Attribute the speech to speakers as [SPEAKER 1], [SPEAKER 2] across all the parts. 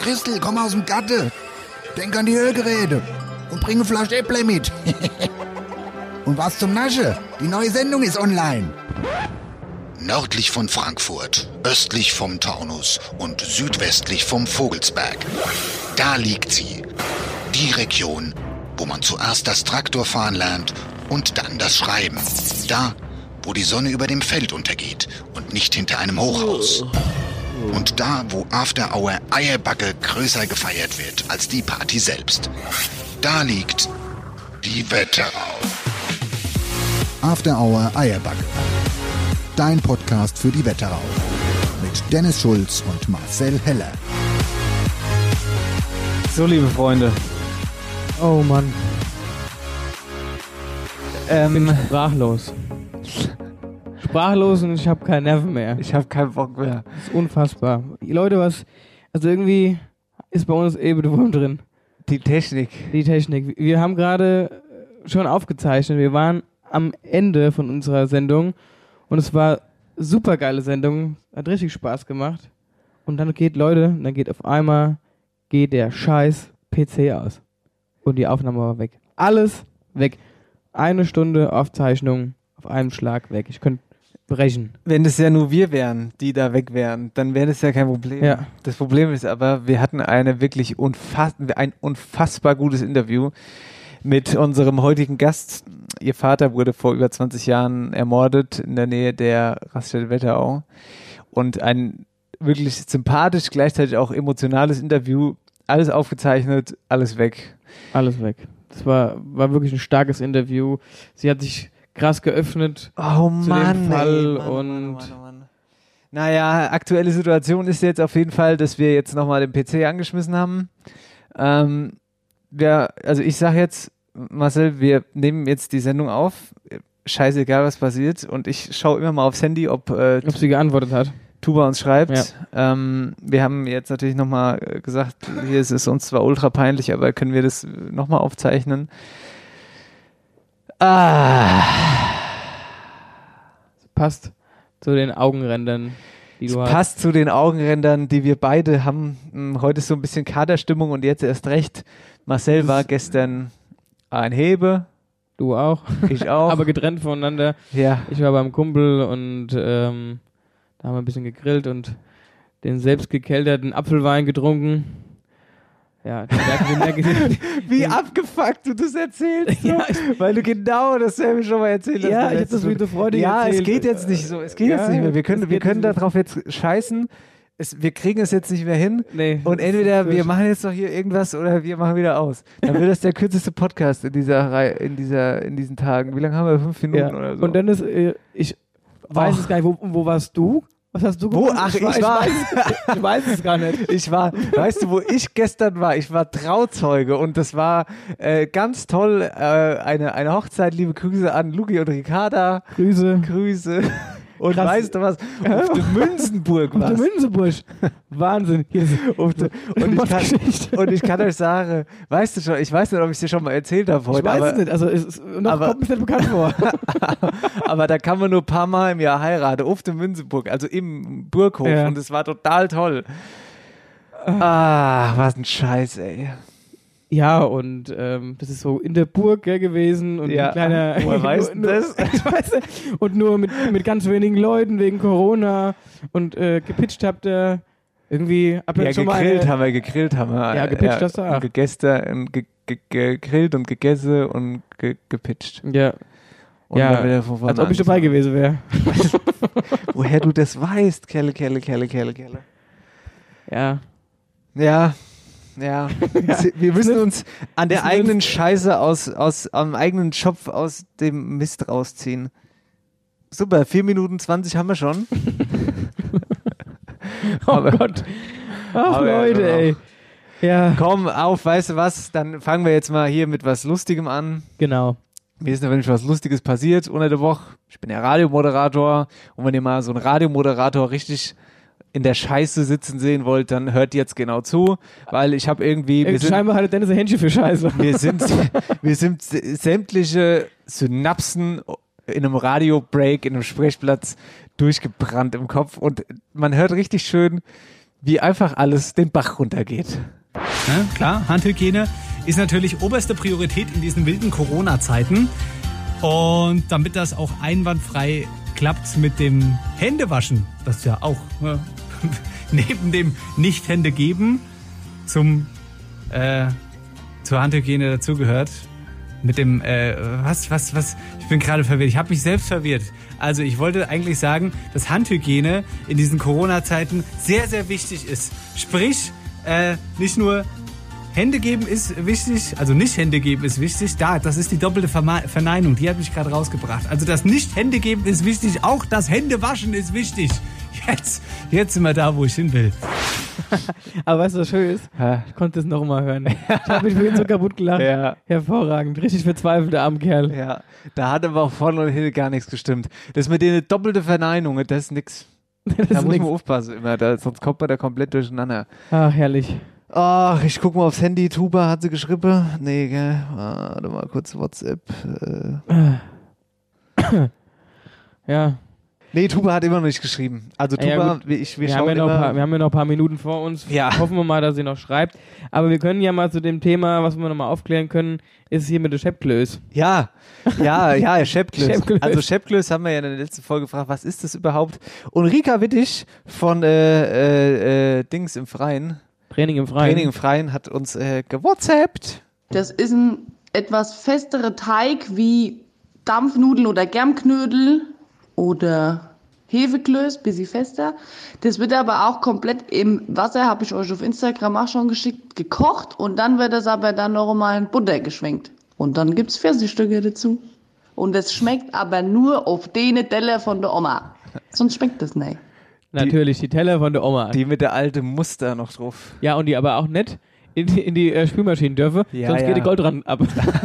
[SPEAKER 1] Christel, komm aus dem Gatte. Denk an die Hörgeräte und bring eine Flasche Äpple mit. Und was zum Nasche? Die neue Sendung ist online. Nördlich von Frankfurt, östlich vom Taunus und südwestlich vom Vogelsberg. Da liegt sie. Die Region, wo man zuerst das Traktorfahren lernt und dann das Schreiben. Da, wo die Sonne über dem Feld untergeht und nicht hinter einem Hochhaus. Und da, wo After Hour Eierbacke größer gefeiert wird als die Party selbst. Da liegt die Wetterau. After Hour Eierbacke. Dein Podcast für die Wetterau. Mit Dennis Schulz und Marcel Heller.
[SPEAKER 2] So, liebe Freunde.
[SPEAKER 3] Oh Mann. Bin sprachlos. Sprachlos und ich habe keine Nerven mehr.
[SPEAKER 2] Ich habe keinen Bock mehr.
[SPEAKER 3] Das ist unfassbar. Leute, also irgendwie ist bei uns Wurm drin.
[SPEAKER 2] Die Technik.
[SPEAKER 3] Wir haben gerade schon aufgezeichnet. Wir waren am Ende von unserer Sendung und es war super geile Sendung. Hat richtig Spaß gemacht. Und dann geht auf einmal der scheiß PC aus. Und die Aufnahme war weg. Alles weg. 1 Stunde Aufzeichnung auf einen Schlag weg. Ich könnte brechen.
[SPEAKER 2] Wenn es ja nur wir wären, die da weg wären, dann wäre das ja kein Problem.
[SPEAKER 3] Ja.
[SPEAKER 2] Das Problem ist aber, wir hatten ein unfassbar gutes Interview mit unserem heutigen Gast. Ihr Vater wurde vor über 20 Jahren ermordet in der Nähe der Raststätte Wetterau. Und ein wirklich sympathisch, gleichzeitig auch emotionales Interview. Alles aufgezeichnet, alles weg.
[SPEAKER 3] Alles weg. Das war wirklich ein starkes Interview. Sie hat sich krass geöffnet
[SPEAKER 2] zu
[SPEAKER 3] dem Fall.
[SPEAKER 2] Mann. Naja, aktuelle Situation ist jetzt auf jeden Fall, dass wir jetzt nochmal den PC angeschmissen haben. Also ich sage jetzt, Marcel, wir nehmen jetzt die Sendung auf. Scheißegal, was passiert. Und ich schaue immer mal aufs Handy, ob
[SPEAKER 3] sie geantwortet hat.
[SPEAKER 2] Tuba uns schreibt.
[SPEAKER 3] Ja.
[SPEAKER 2] Wir haben jetzt natürlich nochmal gesagt, hier ist es uns zwar ultra peinlich, aber können wir das nochmal aufzeichnen?
[SPEAKER 3] Passt zu den Augenrändern, die du hast.
[SPEAKER 2] Passt zu den Augenrändern, die wir beide haben. Heute ist so ein bisschen Katerstimmung und jetzt erst recht. Marcel war gestern ein Hebe.
[SPEAKER 3] Du auch.
[SPEAKER 2] Ich auch.
[SPEAKER 3] Aber getrennt voneinander.
[SPEAKER 2] Ja.
[SPEAKER 3] Ich war beim Kumpel und da haben wir ein bisschen gegrillt und den selbst gekelterten Apfelwein getrunken. Ja,
[SPEAKER 2] wie abgefuckt du das erzählst. So. Ja, weil du genau dasselbe schon mal erzählt hast.
[SPEAKER 3] Ja, ich hab das mit der Freude erzählt.
[SPEAKER 2] Ja, es geht jetzt nicht so. Es geht jetzt nicht mehr. Wir können darauf jetzt scheißen. Wir kriegen es jetzt nicht mehr hin.
[SPEAKER 3] Nee,
[SPEAKER 2] und entweder wir machen jetzt noch hier irgendwas oder wir machen wieder aus. Dann wird das der kürzeste Podcast in dieser Reihe, in diesen Tagen. Wie lange haben wir? 5 Minuten oder so.
[SPEAKER 3] Und dann ist, ich weiß es gar nicht, wo warst du? Was hast du gemacht?
[SPEAKER 2] Ach, ich
[SPEAKER 3] weiß es gar nicht.
[SPEAKER 2] Weißt du, wo ich gestern war? Ich war Trauzeuge und das war ganz toll. Eine Hochzeit, liebe Grüße an Luki und Ricarda. Grüße. Und krass. Weißt du was? Auf der Münzenburg war.
[SPEAKER 3] Auf der Münzenburg. Wahnsinn.
[SPEAKER 2] Und ich kann euch sagen, weißt du schon, ich weiß nicht, ob ich es dir schon mal erzählt habe heute.
[SPEAKER 3] Ich weiß es nicht, also kommt mir nicht bekannt vor.
[SPEAKER 2] Aber da kann man nur ein paar Mal im Jahr heiraten, auf der Münzenburg, also im Burghof. Ja. Und es war total toll. Was ein Scheiß, ey.
[SPEAKER 3] Ja, und das ist so in der Burg gewesen und ein kleiner.
[SPEAKER 2] Woher weißt du das?
[SPEAKER 3] Und nur mit ganz wenigen Leuten wegen Corona und gepitcht habt ihr irgendwie.
[SPEAKER 2] Gegrillt haben wir.
[SPEAKER 3] Ja, gepitcht hast du auch.
[SPEAKER 2] Gegrillt und gegessen und gepitcht.
[SPEAKER 3] Ja.
[SPEAKER 2] Und
[SPEAKER 3] ja, als ob ich dabei gewesen wäre.
[SPEAKER 2] Woher du das weißt, Kelle.
[SPEAKER 3] Ja.
[SPEAKER 2] Ja. Ja, wir müssen uns an der eigenen Scheiße am eigenen Schopf aus dem Mist rausziehen. Super, 4 Minuten 20 haben wir schon.
[SPEAKER 3] Gott. Ach Leute, ey. Ja.
[SPEAKER 2] Komm auf, weißt du was, dann fangen wir jetzt mal hier mit was Lustigem an.
[SPEAKER 3] Genau.
[SPEAKER 2] Mir ist nämlich was Lustiges passiert unter der Woche. Ich bin ja Radiomoderator und wenn ihr mal so einen Radiomoderator richtig in der Scheiße sitzen sehen wollt, dann hört jetzt genau zu, weil ich habe irgendwie...
[SPEAKER 3] Scheinbar hatte Dennis ein Händchen für Scheiße.
[SPEAKER 2] Wir sind sämtliche Synapsen in einem Radiobreak, in einem Sprechplatz durchgebrannt im Kopf und man hört richtig schön wie einfach alles den Bach runtergeht.
[SPEAKER 4] Ja, klar, Handhygiene ist natürlich oberste Priorität in diesen wilden Corona-Zeiten. Und damit das auch einwandfrei klappt mit dem Händewaschen, das ja auch neben dem Nicht-Hände geben zur Handhygiene dazugehört. Mit dem, was, ich bin gerade verwirrt, ich habe mich selbst verwirrt. Also ich wollte eigentlich sagen, dass Handhygiene in diesen Corona-Zeiten sehr, sehr wichtig ist. Sprich, nicht nur Hände geben ist wichtig, also nicht Hände geben ist wichtig. Das ist die doppelte Verneinung, die hat mich gerade rausgebracht. Also das nicht Hände geben ist wichtig, auch das Hände waschen ist wichtig. Jetzt sind wir da, wo ich hin will.
[SPEAKER 3] Aber weißt du, was schön ist? Ich konnte es noch mal hören. Ich habe mich vorhin so kaputt gelacht.
[SPEAKER 2] Ja.
[SPEAKER 3] Hervorragend. Richtig verzweifelt, der arme Kerl.
[SPEAKER 2] Ja, da hat aber auch vorne und hinten gar nichts gestimmt. Das mit den doppelte Verneinung, das ist nix. Da muss man aufpassen immer, sonst kommt man da komplett durcheinander.
[SPEAKER 3] Ach, herrlich.
[SPEAKER 2] Ach, ich guck mal aufs Handy. Tuba hat sie geschrieben. Nee, gell? Warte mal kurz WhatsApp.
[SPEAKER 3] Ja.
[SPEAKER 2] Nee, Tuba hat immer noch nicht geschrieben. Also Tuba,
[SPEAKER 3] ja,
[SPEAKER 2] wir
[SPEAKER 3] haben ja noch ein paar Minuten vor uns.
[SPEAKER 2] Ja.
[SPEAKER 3] Hoffen wir mal, dass sie noch schreibt. Aber wir können ja mal zu dem Thema, was wir noch mal aufklären können, ist hier mit der Scheppklöß.
[SPEAKER 2] Ja, Scheppklöß. Also Scheppklöß haben wir ja in der letzten Folge gefragt, was ist das überhaupt? Und Rika Wittig von Dings im Freien,
[SPEAKER 3] Training im
[SPEAKER 2] Freien hat uns gewhatsappt.
[SPEAKER 5] Das ist ein etwas festerer Teig wie Dampfnudeln oder Germknödel oder Hefeklöß, bisschen fester. Das wird aber auch komplett im Wasser, habe ich euch auf Instagram auch schon geschickt, gekocht und dann wird das aber dann noch mal in Butter geschwenkt. Und dann gibt's Pfirsichstücke dazu. Und es schmeckt aber nur auf den Teller von der Oma. Sonst schmeckt das nicht.
[SPEAKER 3] Natürlich, die Teller von der Oma.
[SPEAKER 2] Die mit der alten Muster noch drauf.
[SPEAKER 3] Ja, und die aber auch nicht in die Spülmaschinen dürfen, sonst geht die Goldrand ab.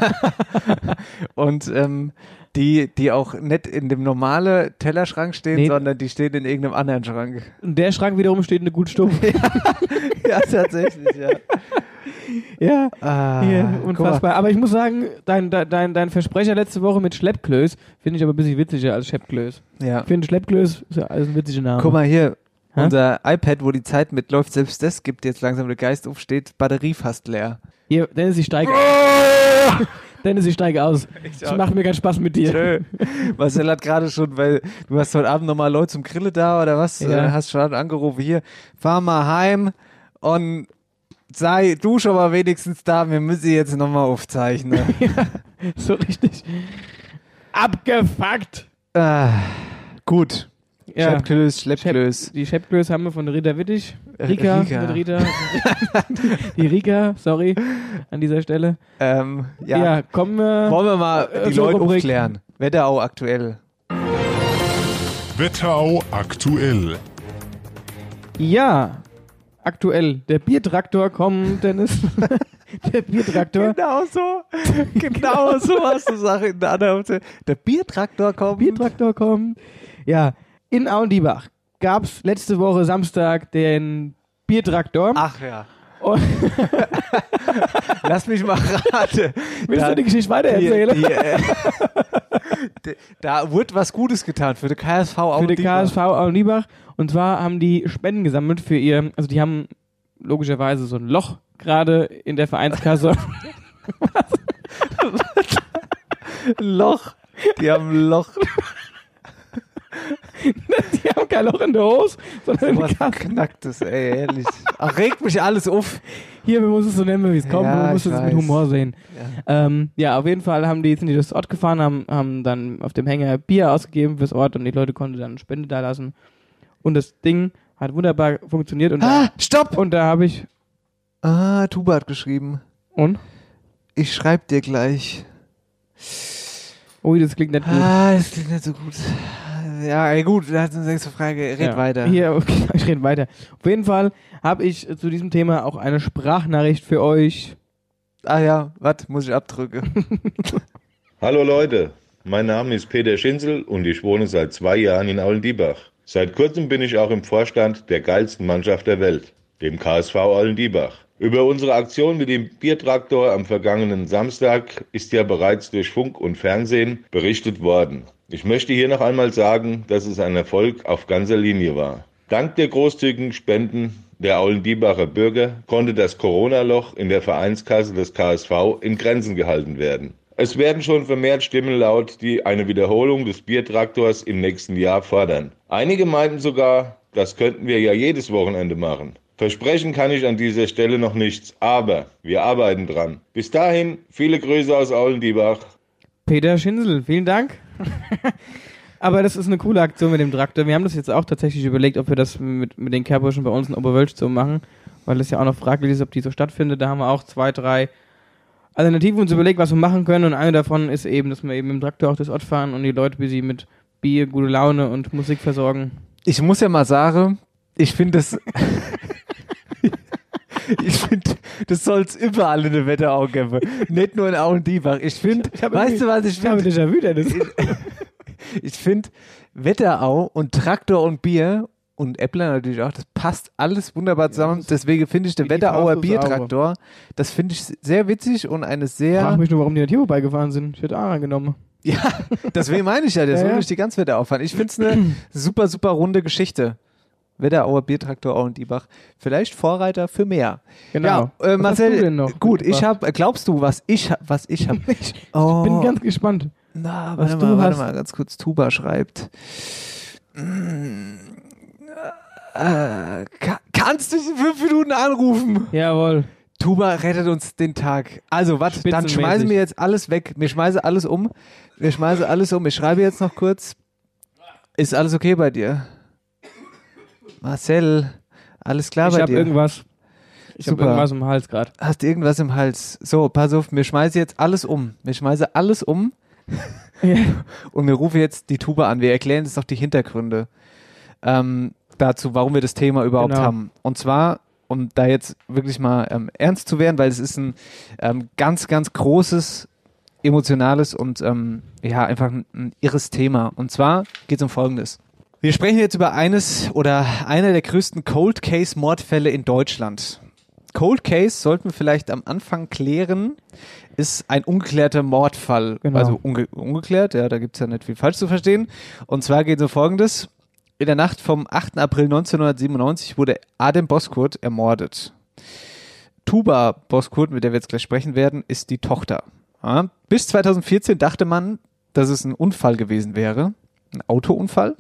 [SPEAKER 2] Und die auch nicht in dem normalen Tellerschrank stehen, sondern die stehen in irgendeinem anderen Schrank.
[SPEAKER 3] Und der Schrank wiederum steht in der Gutstube.
[SPEAKER 2] Ja, tatsächlich, ja.
[SPEAKER 3] Ja, unfassbar. Aber ich muss sagen, dein Versprecher letzte Woche mit Schleppklöß finde ich aber ein bisschen witziger als Scheppklöß.
[SPEAKER 2] Ja.
[SPEAKER 3] Ich finde Schleppklöß ist ja alles ein witziger Name.
[SPEAKER 2] Guck mal hier, unser iPad, wo die Zeit mitläuft, selbst das gibt jetzt langsam der Geist aufsteht, Batterie fast leer.
[SPEAKER 3] Hier, Dennis, ich steige aus. Es macht mir keinen Spaß mit dir.
[SPEAKER 2] Schön. Marcel hat gerade schon, weil du hast heute Abend nochmal Leute zum Grille da oder was?
[SPEAKER 3] Ja.
[SPEAKER 2] Hast schon angerufen, hier, fahr mal heim und sei du schon mal wenigstens da, wir müssen jetzt nochmal aufzeichnen.
[SPEAKER 3] Ja, so richtig abgefuckt.
[SPEAKER 2] Gut.
[SPEAKER 3] Ja.
[SPEAKER 2] Scheppklöß, Schleppklöß.
[SPEAKER 3] Die Scheppklöß haben wir von Rita Wittig. Rika. Die Rika, sorry, an dieser Stelle.
[SPEAKER 2] Ja,
[SPEAKER 3] kommen wir.
[SPEAKER 2] Wollen wir mal die Leute aufklären. Wetterau aktuell.
[SPEAKER 6] Wetterau aktuell.
[SPEAKER 3] Ja, aktuell. Der Biertraktor kommt, Dennis. Der Biertraktor.
[SPEAKER 2] Genau so hast du Sache in der anderen Hälfte. Der Biertraktor kommt.
[SPEAKER 3] Ja, in Auendiebach gab es letzte Woche Samstag den Biertraktor.
[SPEAKER 2] Ach ja. Lass mich mal raten.
[SPEAKER 3] Willst du die Geschichte weitererzählen?
[SPEAKER 2] Da wurde was Gutes getan für den KSV Auendiebach.
[SPEAKER 3] Für den KSV Auendiebach. Und zwar haben die Spenden gesammelt für also die haben logischerweise so ein Loch gerade in der Vereinskasse.
[SPEAKER 2] Loch. Die haben ein Loch.
[SPEAKER 3] Die haben kein Loch in der Hose, sondern
[SPEAKER 2] was Knacktes, ey, ehrlich. Ach, regt mich alles auf.
[SPEAKER 3] Hier, wir müssen es so nennen, wie es kommt.
[SPEAKER 2] Ja,
[SPEAKER 3] wir müssen es mit Humor sehen. Ja. Auf jeden Fall sind die durchs Ort gefahren, haben dann auf dem Hänger Bier ausgegeben fürs Ort und die Leute konnten dann eine Spende da lassen. Und das Ding hat wunderbar funktioniert. Und
[SPEAKER 2] stopp!
[SPEAKER 3] Und da habe ich...
[SPEAKER 2] Tuba hat geschrieben.
[SPEAKER 3] Und?
[SPEAKER 2] Ich schreib dir gleich.
[SPEAKER 3] Ui, das klingt nicht gut.
[SPEAKER 2] Das klingt nicht so gut. Ja, gut, da hat eine nächste Frage. Red weiter.
[SPEAKER 3] Hier, okay, ich rede weiter. Auf jeden Fall habe ich zu diesem Thema auch eine Sprachnachricht für euch.
[SPEAKER 2] Ah ja, was? Muss ich abdrücken?
[SPEAKER 7] Hallo Leute, mein Name ist Peter Schinzel und ich wohne seit 2 Jahren in Auendiebach. Seit kurzem bin ich auch im Vorstand der geilsten Mannschaft der Welt, dem KSV Auendiebach. Über unsere Aktion mit dem Biertraktor am vergangenen Samstag ist ja bereits durch Funk und Fernsehen berichtet worden. Ich möchte hier noch einmal sagen, dass es ein Erfolg auf ganzer Linie war. Dank der großzügigen Spenden der Aulendiebacher Bürger konnte das Corona-Loch in der Vereinskasse des KSV in Grenzen gehalten werden. Es werden schon vermehrt Stimmen laut, die eine Wiederholung des Biertraktors im nächsten Jahr fordern. Einige meinten sogar, das könnten wir ja jedes Wochenende machen. Versprechen kann ich an dieser Stelle noch nichts, aber wir arbeiten dran. Bis dahin, viele Grüße aus Aulendiebach.
[SPEAKER 3] Peter Schinsel, vielen Dank. Aber das ist eine coole Aktion mit dem Traktor. Wir haben das jetzt auch tatsächlich überlegt, ob wir das mit den Kehrburschen bei uns in Oberwölsch so machen, weil es ja auch noch fraglich ist, ob die so stattfindet. Da haben wir auch 2, 3 Alternativen uns überlegt, was wir machen können, und eine davon ist eben, dass wir eben mit dem Traktor auch durchs Ort fahren und die Leute wie sie mit Bier, gute Laune und Musik versorgen.
[SPEAKER 2] Ich muss ja mal sagen, ich finde das... Ich finde, das soll es überall in der Wetterau geben. Nicht nur in Auendiebach. Ich finde, weißt du, was ich finde?
[SPEAKER 3] Ich habe Déjà-vu,
[SPEAKER 2] Ich finde, Wetterau und Traktor und Bier und Äppler natürlich auch, das passt alles wunderbar zusammen. Deswegen finde ich den Wetterauer Biertraktor, das finde ich sehr witzig und eine sehr...
[SPEAKER 3] Ich frage mich nur, warum die an Timo beigefahren sind. Ich hätte A genommen.
[SPEAKER 2] Ja, deswegen meine ich ja, der soll durch die ganze Wetterau fahren. Ich finde es eine super, super runde Geschichte. Wetterauer Biertraktor Auendiebach. Vielleicht Vorreiter für mehr.
[SPEAKER 3] Genau.
[SPEAKER 2] Ja, Marcel,
[SPEAKER 3] hast du denn noch
[SPEAKER 2] gut, ich habe, glaubst du, was ich habe?
[SPEAKER 3] Ich bin ganz gespannt.
[SPEAKER 2] Na, warte mal, ganz kurz. Tuba schreibt. Kannst du in 5 Minuten anrufen?
[SPEAKER 3] Jawohl.
[SPEAKER 2] Tuba rettet uns den Tag. Also, warte, dann schmeißen wir jetzt alles weg. Wir schmeißen alles um. Ich schreibe jetzt noch kurz. Ist alles okay bei dir? Marcel, alles klar bei dir?
[SPEAKER 3] Ich habe irgendwas. Ich habe irgendwas im Hals gerade.
[SPEAKER 2] Hast du irgendwas im Hals? So, pass auf, wir schmeißen jetzt alles um. Und wir rufen jetzt die Tuba an. Wir erklären jetzt noch die Hintergründe dazu, warum wir das Thema überhaupt haben. Und zwar, um da jetzt wirklich mal ernst zu werden, weil es ist ein ganz, ganz großes, emotionales und einfach ein irres Thema. Und zwar geht es um Folgendes. Wir sprechen jetzt über einer der größten Cold Case Mordfälle in Deutschland. Cold Case, sollten wir vielleicht am Anfang klären, ist ein ungeklärter Mordfall.
[SPEAKER 3] Genau.
[SPEAKER 2] Also ungeklärt, ja, da gibt es ja nicht viel falsch zu verstehen. Und zwar geht es um Folgendes. In der Nacht vom 8. April 1997 wurde Adem Boskurt ermordet. Tuba Boskurt, mit der wir jetzt gleich sprechen werden, ist die Tochter. Ja, bis 2014 dachte man, dass es ein Unfall gewesen wäre. Ein Autounfall.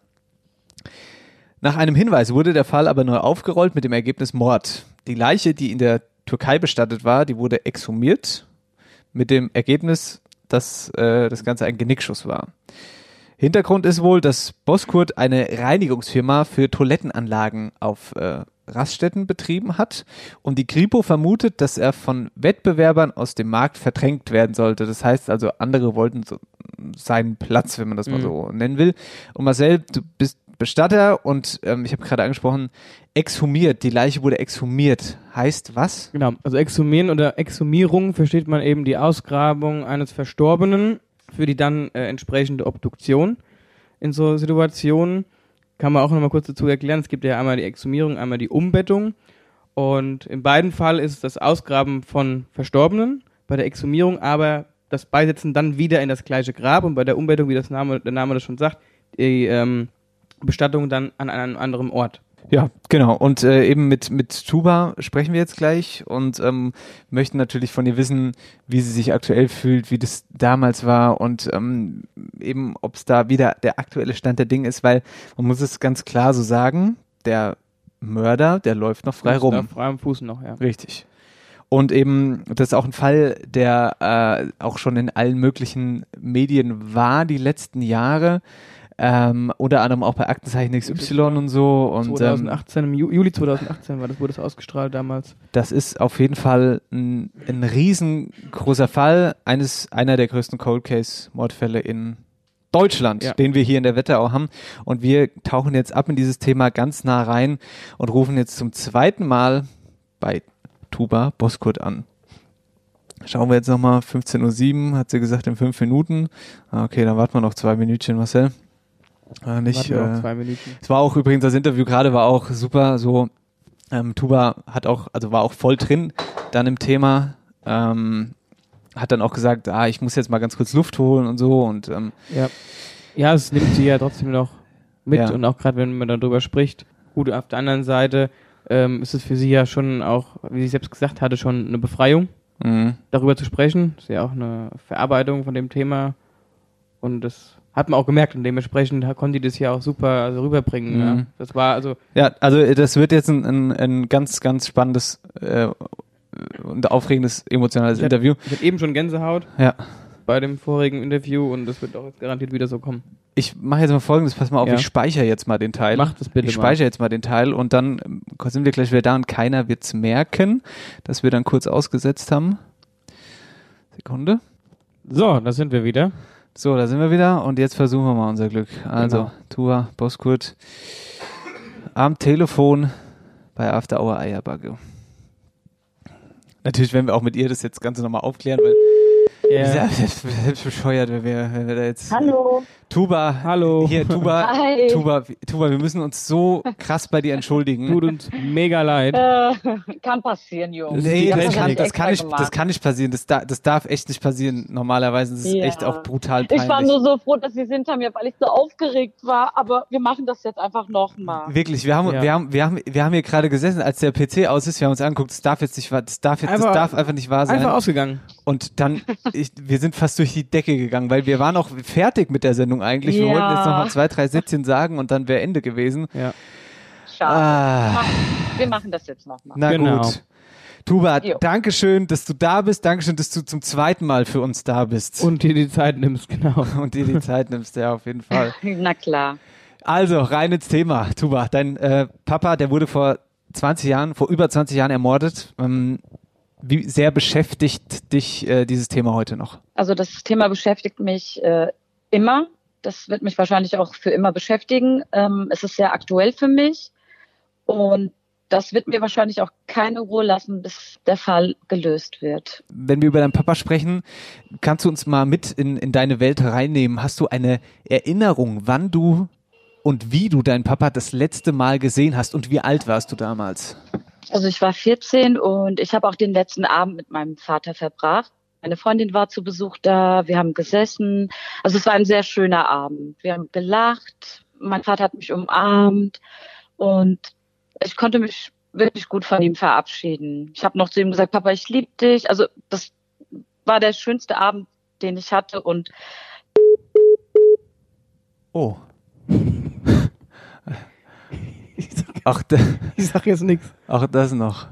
[SPEAKER 2] Nach einem Hinweis wurde der Fall aber neu aufgerollt mit dem Ergebnis Mord. Die Leiche, die in der Türkei bestattet war, die wurde exhumiert mit dem Ergebnis, dass das Ganze ein Genickschuss war. Hintergrund ist wohl, dass Boskurt eine Reinigungsfirma für Toilettenanlagen auf Raststätten betrieben hat und die Kripo vermutet, dass er von Wettbewerbern aus dem Markt verdrängt werden sollte. Das heißt also, andere wollten so seinen Platz, wenn man das mal so nennen will. Und Marcel, du bist Bestatter und ich habe gerade angesprochen, exhumiert. Die Leiche wurde exhumiert. Heißt was?
[SPEAKER 3] Genau, also exhumieren oder Exhumierung versteht man eben die Ausgrabung eines Verstorbenen für die dann entsprechende Obduktion. In so Situationen kann man auch noch mal kurz dazu erklären, es gibt ja einmal die Exhumierung, einmal die Umbettung und in beiden Fällen ist es das Ausgraben von Verstorbenen, bei der Exhumierung aber das Beisetzen dann wieder in das gleiche Grab und bei der Umbettung, wie der Name das schon sagt, die Bestattung dann an einem anderen Ort.
[SPEAKER 2] Ja, genau. Und eben mit Tuba sprechen wir jetzt gleich und möchten natürlich von ihr wissen, wie sie sich aktuell fühlt, wie das damals war und eben, ob es da wieder der aktuelle Stand der Dinge ist, weil man muss es ganz klar so sagen, der Mörder, der läuft noch frei rum.
[SPEAKER 3] Frei am Fuß noch, ja.
[SPEAKER 2] Richtig. Und eben, das ist auch ein Fall, der auch schon in allen möglichen Medien war die letzten Jahre. Unter anderem auch bei Aktenzeichen XY und so. Und,
[SPEAKER 3] 2018, im Juli 2018 wurde es ausgestrahlt damals.
[SPEAKER 2] Das ist auf jeden Fall ein riesengroßer Fall, einer der größten Cold Case Mordfälle in Deutschland, den wir hier in der Wetterau haben. Und wir tauchen jetzt ab in dieses Thema ganz nah rein und rufen jetzt zum zweiten Mal bei Tuba Boskurt an. Schauen wir jetzt nochmal, 15:07 hat sie gesagt, in 5 Minuten. Okay, dann warten wir noch 2 Minütchen, Marcel. Nicht,
[SPEAKER 3] noch 2 Minuten.
[SPEAKER 2] Es war auch übrigens, das Interview gerade war auch super, so, Tuba war auch voll drin dann im Thema, hat dann auch gesagt, ich muss jetzt mal ganz kurz Luft holen und so und
[SPEAKER 3] ja, es nimmt sie ja trotzdem noch mit und auch gerade wenn man darüber spricht, Gut, auf der anderen Seite ist es für sie ja schon auch, wie sie selbst gesagt hatte, schon eine Befreiung, darüber zu sprechen. Das ist ja auch eine Verarbeitung von dem Thema. Und das hat man auch gemerkt und dementsprechend konnte die das ja auch super rüberbringen. Ja. Das war also...
[SPEAKER 2] Ja, also das wird jetzt ein ganz, ganz spannendes und aufregendes, emotionales Interview.
[SPEAKER 3] Ich hatte eben schon Gänsehaut bei dem vorigen Interview und das wird auch jetzt garantiert wieder so kommen.
[SPEAKER 2] Ich mache jetzt mal Folgendes, pass mal auf,
[SPEAKER 3] Ja.
[SPEAKER 2] ich speichere jetzt mal den Teil.
[SPEAKER 3] Mach das bitte
[SPEAKER 2] Ich speichere jetzt mal den Teil und dann sind wir gleich wieder da und keiner wird's merken, dass wir dann kurz ausgesetzt haben. Sekunde.
[SPEAKER 3] So, da sind wir wieder.
[SPEAKER 2] So, da sind wir wieder und jetzt versuchen wir mal unser Glück. Also,
[SPEAKER 3] Genau.
[SPEAKER 2] Tua, Boskurt, am Telefon bei After Hour Eierbacke. Natürlich werden wir auch mit ihr das jetzt Ganze nochmal aufklären, weil selbst bescheuert, wenn wir da jetzt...
[SPEAKER 6] Hallo.
[SPEAKER 2] Tuba,
[SPEAKER 3] Hallo.
[SPEAKER 2] Hier, Tuba,
[SPEAKER 6] Hi.
[SPEAKER 2] Tuba, wir müssen uns so krass bei dir entschuldigen.
[SPEAKER 3] Tut uns mega leid.
[SPEAKER 6] Kann passieren, Jungs.
[SPEAKER 2] Nee,
[SPEAKER 3] die
[SPEAKER 2] das
[SPEAKER 3] Technik.
[SPEAKER 2] kann nicht passieren. Das darf echt nicht passieren. Normalerweise ist es
[SPEAKER 6] Ja.
[SPEAKER 2] echt auch brutal peinlich.
[SPEAKER 6] Ich war nur so froh, dass Sie sind, mir, weil ich so aufgeregt war. Aber wir machen das jetzt einfach nochmal.
[SPEAKER 2] Wirklich, wir haben hier gerade gesessen, als der PC aus ist, wir haben uns angeguckt, das darf jetzt nicht wahr, das darf einfach nicht wahr sein.
[SPEAKER 3] Einfach ausgegangen.
[SPEAKER 2] Und dann, wir sind fast durch die Decke gegangen, weil wir waren auch fertig mit der Sendung eigentlich. Wir
[SPEAKER 6] Ja.
[SPEAKER 2] wollten jetzt nochmal 2, 3 Sätzchen sagen und dann wäre Ende gewesen.
[SPEAKER 3] Ja.
[SPEAKER 6] Schade. Wir machen das jetzt nochmal.
[SPEAKER 2] Na
[SPEAKER 3] Genau.
[SPEAKER 2] gut. Tuba,
[SPEAKER 6] Jo.
[SPEAKER 2] Dankeschön, dass du da bist. Dankeschön, dass du zum zweiten Mal für uns da bist.
[SPEAKER 3] Und dir die Zeit nimmst, genau.
[SPEAKER 2] Und dir die Zeit nimmst, ja, auf jeden Fall.
[SPEAKER 6] Na klar.
[SPEAKER 2] Also, rein ins Thema, Tuba. Dein Papa, der wurde vor über 20 Jahren ermordet. Wie sehr beschäftigt dich dieses Thema heute noch?
[SPEAKER 6] Also das Thema beschäftigt mich immer. Das wird mich wahrscheinlich auch für immer beschäftigen. Es ist sehr aktuell für mich. Und das wird mir wahrscheinlich auch keine Ruhe lassen, bis der Fall gelöst wird.
[SPEAKER 2] Wenn wir über deinen Papa sprechen, kannst du uns mal mit in deine Welt reinnehmen? Hast du eine Erinnerung, wann du und wie du deinen Papa das letzte Mal gesehen hast und wie alt warst du damals?
[SPEAKER 6] Also ich war 14 und ich habe auch den letzten Abend mit meinem Vater verbracht. Meine Freundin war zu Besuch da, wir haben gesessen. Also es war ein sehr schöner Abend. Wir haben gelacht, mein Vater hat mich umarmt und ich konnte mich wirklich gut von ihm verabschieden. Ich habe noch zu ihm gesagt, Papa, ich liebe dich. Also das war der schönste Abend, den ich hatte und
[SPEAKER 2] Oh.
[SPEAKER 3] Ich sag jetzt nichts.
[SPEAKER 2] Auch das noch.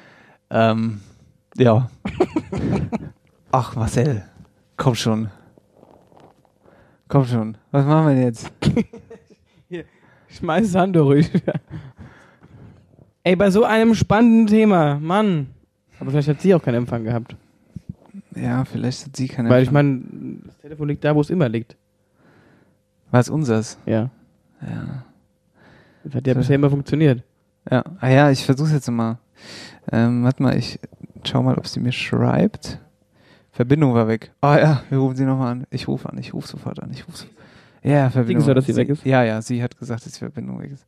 [SPEAKER 2] Ja. Ach, Marcel. Komm schon. Was machen wir denn jetzt?
[SPEAKER 3] Schmeiß das Handtuch ruhig. Ey, bei so einem spannenden Thema, Mann. Aber vielleicht hat sie auch keinen Empfang gehabt.
[SPEAKER 2] Ja, vielleicht hat sie keine.
[SPEAKER 3] Weil ich meine, das Telefon liegt da, wo es immer liegt.
[SPEAKER 2] War es unseres?
[SPEAKER 3] Ja. Das hat ja bisher immer funktioniert.
[SPEAKER 2] Ja. Ah ja, ich versuch's jetzt mal. Warte mal, ich schau mal, ob sie mir schreibt. Verbindung war weg. Ah ja, wir rufen sie nochmal an. Ich rufe sofort an. Ja, Verbindung.
[SPEAKER 3] Sie, dass sie weg ist?
[SPEAKER 2] Ja, sie hat gesagt, dass die Verbindung weg ist.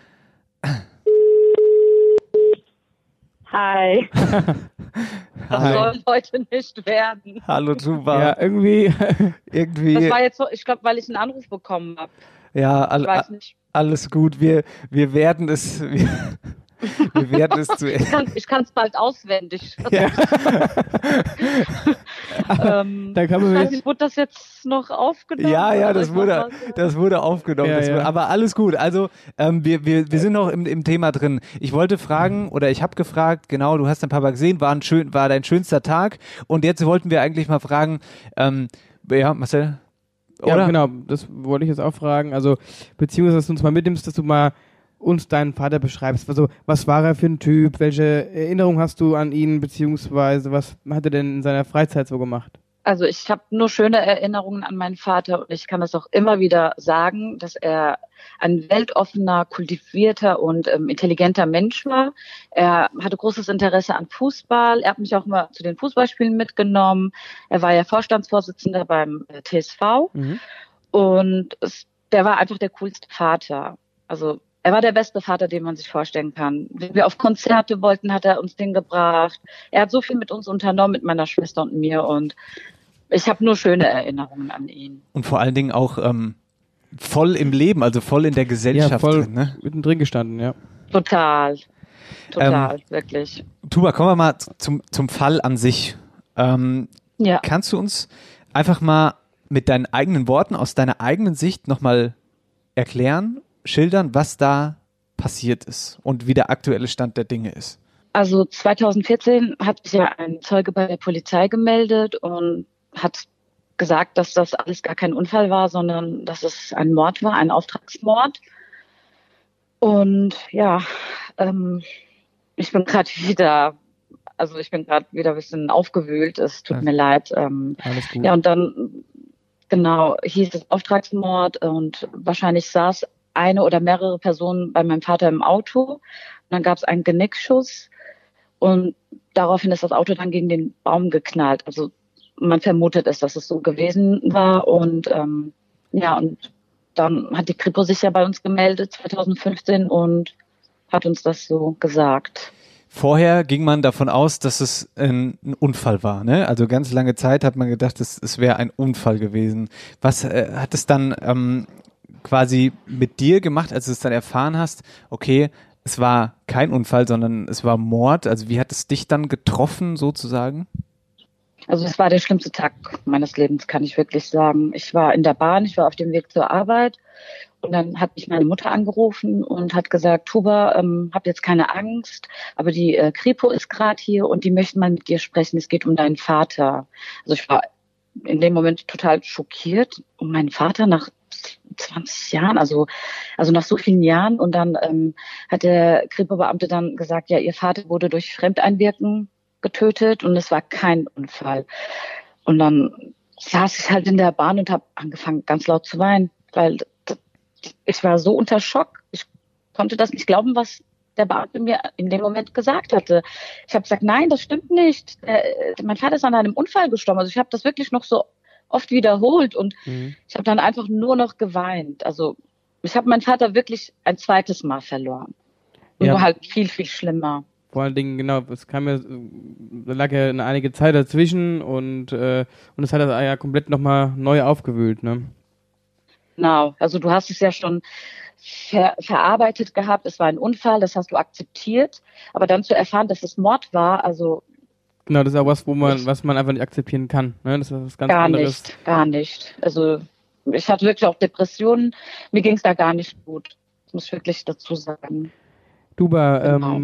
[SPEAKER 6] hi. Das soll heute nicht werden.
[SPEAKER 2] Hallo Tuba.
[SPEAKER 3] Ja, irgendwie.
[SPEAKER 6] Das war jetzt so, ich glaube, weil ich einen Anruf bekommen habe.
[SPEAKER 2] Ja,
[SPEAKER 6] Ich weiß nicht.
[SPEAKER 2] alles gut. Wir werden es. Wir werden es zu.
[SPEAKER 6] Ich kann es bald auswendig.
[SPEAKER 2] Ja.
[SPEAKER 3] Da kann man
[SPEAKER 6] Ich weiß
[SPEAKER 3] jetzt,
[SPEAKER 6] nicht, wurde das jetzt noch aufgenommen?
[SPEAKER 2] Ja,
[SPEAKER 6] Oder
[SPEAKER 2] das wurde aufgenommen.
[SPEAKER 3] Ja.
[SPEAKER 2] Aber alles gut. Also wir sind noch im Thema drin. Ich wollte fragen oder ich habe gefragt, genau, du hast deinen Papa gesehen, war dein schönster Tag und jetzt wollten wir eigentlich mal fragen, ja, Marcel? Oder?
[SPEAKER 3] ja, genau, das wollte ich jetzt auch fragen. Also, beziehungsweise, dass du uns mal mitnimmst, dass du mal uns deinen Vater beschreibst. Also, was war er für ein Typ? Welche Erinnerung hast du an ihn? Beziehungsweise, was hat er denn in seiner Freizeit so gemacht?
[SPEAKER 6] Also ich habe nur schöne Erinnerungen an meinen Vater und ich kann das auch immer wieder sagen, dass er ein weltoffener, kultivierter und intelligenter Mensch war. Er hatte großes Interesse an Fußball. Er hat mich auch mal zu den Fußballspielen mitgenommen. Er war ja Vorstandsvorsitzender beim TSV und der war einfach der coolste Vater. Also er war der beste Vater, den man sich vorstellen kann. Wenn wir auf Konzerte wollten, hat er uns hingebracht. Er hat so viel mit uns unternommen, mit meiner Schwester und mir und ich habe nur schöne Erinnerungen an ihn.
[SPEAKER 2] Und vor allen Dingen auch voll im Leben, also voll in der Gesellschaft
[SPEAKER 3] voll
[SPEAKER 2] drin, ne?
[SPEAKER 3] mittendrin gestanden, ja.
[SPEAKER 6] Total, wirklich.
[SPEAKER 2] Tuba, kommen wir mal zum Fall an sich.
[SPEAKER 6] Ja.
[SPEAKER 2] Kannst du uns einfach mal mit deinen eigenen Worten, aus deiner eigenen Sicht nochmal erklären, schildern, was da passiert ist und wie der aktuelle Stand der Dinge ist?
[SPEAKER 6] Also 2014 hat sich ja ein Zeuge bei der Polizei gemeldet und hat gesagt, dass das alles gar kein Unfall war, sondern dass es ein Mord war, ein Auftragsmord. Und ja, ich bin gerade wieder ein bisschen aufgewühlt. Es tut mir leid.
[SPEAKER 3] Alles gut.
[SPEAKER 6] Ja, und dann genau hieß es Auftragsmord und wahrscheinlich saß eine oder mehrere Personen bei meinem Vater im Auto. Und dann gab es einen Genickschuss und daraufhin ist das Auto dann gegen den Baum geknallt. Also man vermutet es, dass es so gewesen war. Und und dann hat die Kripo sich ja bei uns gemeldet 2015 und hat uns das so gesagt.
[SPEAKER 2] Vorher ging man davon aus, dass es ein Unfall war, ne? Also ganz lange Zeit hat man gedacht, es wäre ein Unfall gewesen. Was hat es dann quasi mit dir gemacht, als du es dann erfahren hast, okay, es war kein Unfall, sondern es war Mord? Also wie hat es dich dann getroffen sozusagen?
[SPEAKER 6] Also es war der schlimmste Tag meines Lebens, kann ich wirklich sagen. Ich war in der Bahn, ich war auf dem Weg zur Arbeit und dann hat mich meine Mutter angerufen und hat gesagt, Tuba, hab jetzt keine Angst, aber die Kripo ist gerade hier und die möchten mal mit dir sprechen, es geht um deinen Vater. Also ich war in dem Moment total schockiert, um meinen Vater nach 20 Jahren, also nach so vielen Jahren. Und dann hat der Kripo-Beamte dann gesagt, ja, ihr Vater wurde durch Fremdeinwirken getötet und es war kein Unfall. Und dann saß ich halt in der Bahn und habe angefangen, ganz laut zu weinen, weil ich war so unter Schock. Ich konnte das nicht glauben, was der Beamte mir in dem Moment gesagt hatte. Ich habe gesagt, nein, das stimmt nicht. Mein Vater ist an einem Unfall gestorben. Also ich habe das wirklich noch so oft wiederholt und ich habe dann einfach nur noch geweint. Also ich habe meinen Vater wirklich ein zweites Mal verloren.
[SPEAKER 3] Ja.
[SPEAKER 6] Nur halt viel, viel schlimmer.
[SPEAKER 3] Vor allen Dingen, genau, es kam ja, da lag ja eine einige Zeit dazwischen und es hat das ja komplett nochmal neu aufgewühlt, ne?
[SPEAKER 6] Genau, also du hast es ja schon verarbeitet gehabt, es war ein Unfall, das hast du akzeptiert, aber dann zu erfahren, dass es Mord war, also
[SPEAKER 3] genau, das ist auch was, was man einfach nicht akzeptieren kann, ne? Das ist was ganz
[SPEAKER 6] gar
[SPEAKER 3] anderes.
[SPEAKER 6] Gar nicht. Also ich hatte wirklich auch Depressionen, mir ging es da gar nicht gut, das muss ich wirklich dazu sagen.
[SPEAKER 3] Tuba,
[SPEAKER 6] Genau.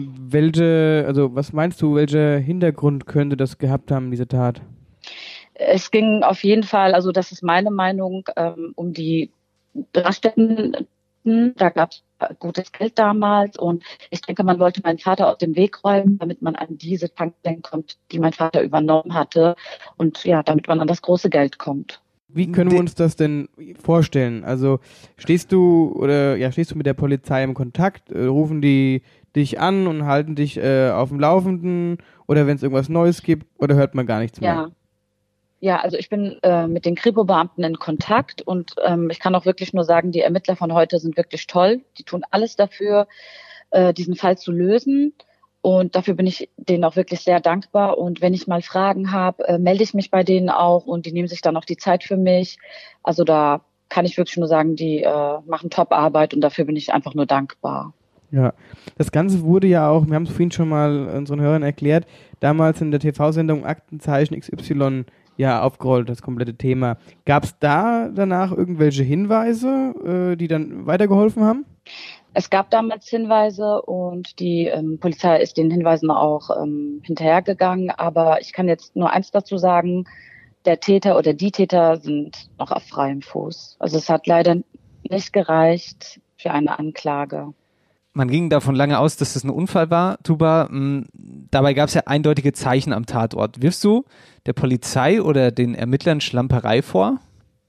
[SPEAKER 3] was meinst du, welcher Hintergrund könnte das gehabt haben, diese Tat?
[SPEAKER 6] Es ging auf jeden Fall, also das ist meine Meinung, um die Raststätten. Da gab es gutes Geld damals und ich denke, man wollte meinen Vater aus dem Weg räumen, damit man an diese Tankstellen kommt, die mein Vater übernommen hatte und ja, damit man an das große Geld kommt.
[SPEAKER 3] Wie können wir uns das denn vorstellen? Also stehst du mit der Polizei im Kontakt, rufen die dich an und halten dich auf dem Laufenden oder wenn es irgendwas Neues gibt oder hört man gar nichts mehr?
[SPEAKER 6] Ja, also ich bin mit den Kripo-Beamten in Kontakt und ich kann auch wirklich nur sagen, die Ermittler von heute sind wirklich toll. Die tun alles dafür, diesen Fall zu lösen. Und dafür bin ich denen auch wirklich sehr dankbar. Und wenn ich mal Fragen habe, melde ich mich bei denen auch und die nehmen sich dann auch die Zeit für mich. Also da kann ich wirklich nur sagen, die machen Top-Arbeit und dafür bin ich einfach nur dankbar.
[SPEAKER 3] Ja, das Ganze wurde ja auch, wir haben es vorhin schon mal unseren Hörern erklärt, damals in der TV-Sendung Aktenzeichen XY ja aufgerollt, das komplette Thema. Gab es da danach irgendwelche Hinweise, die dann weitergeholfen haben?
[SPEAKER 6] Es gab damals Hinweise und die Polizei ist den Hinweisen auch hinterhergegangen. Aber ich kann jetzt nur eins dazu sagen, der Täter oder die Täter sind noch auf freiem Fuß. Also es hat leider nicht gereicht für eine Anklage.
[SPEAKER 2] Man ging davon lange aus, dass das ein Unfall war, Tuba. Dabei gab es ja eindeutige Zeichen am Tatort. Wirfst du der Polizei oder den Ermittlern Schlamperei vor?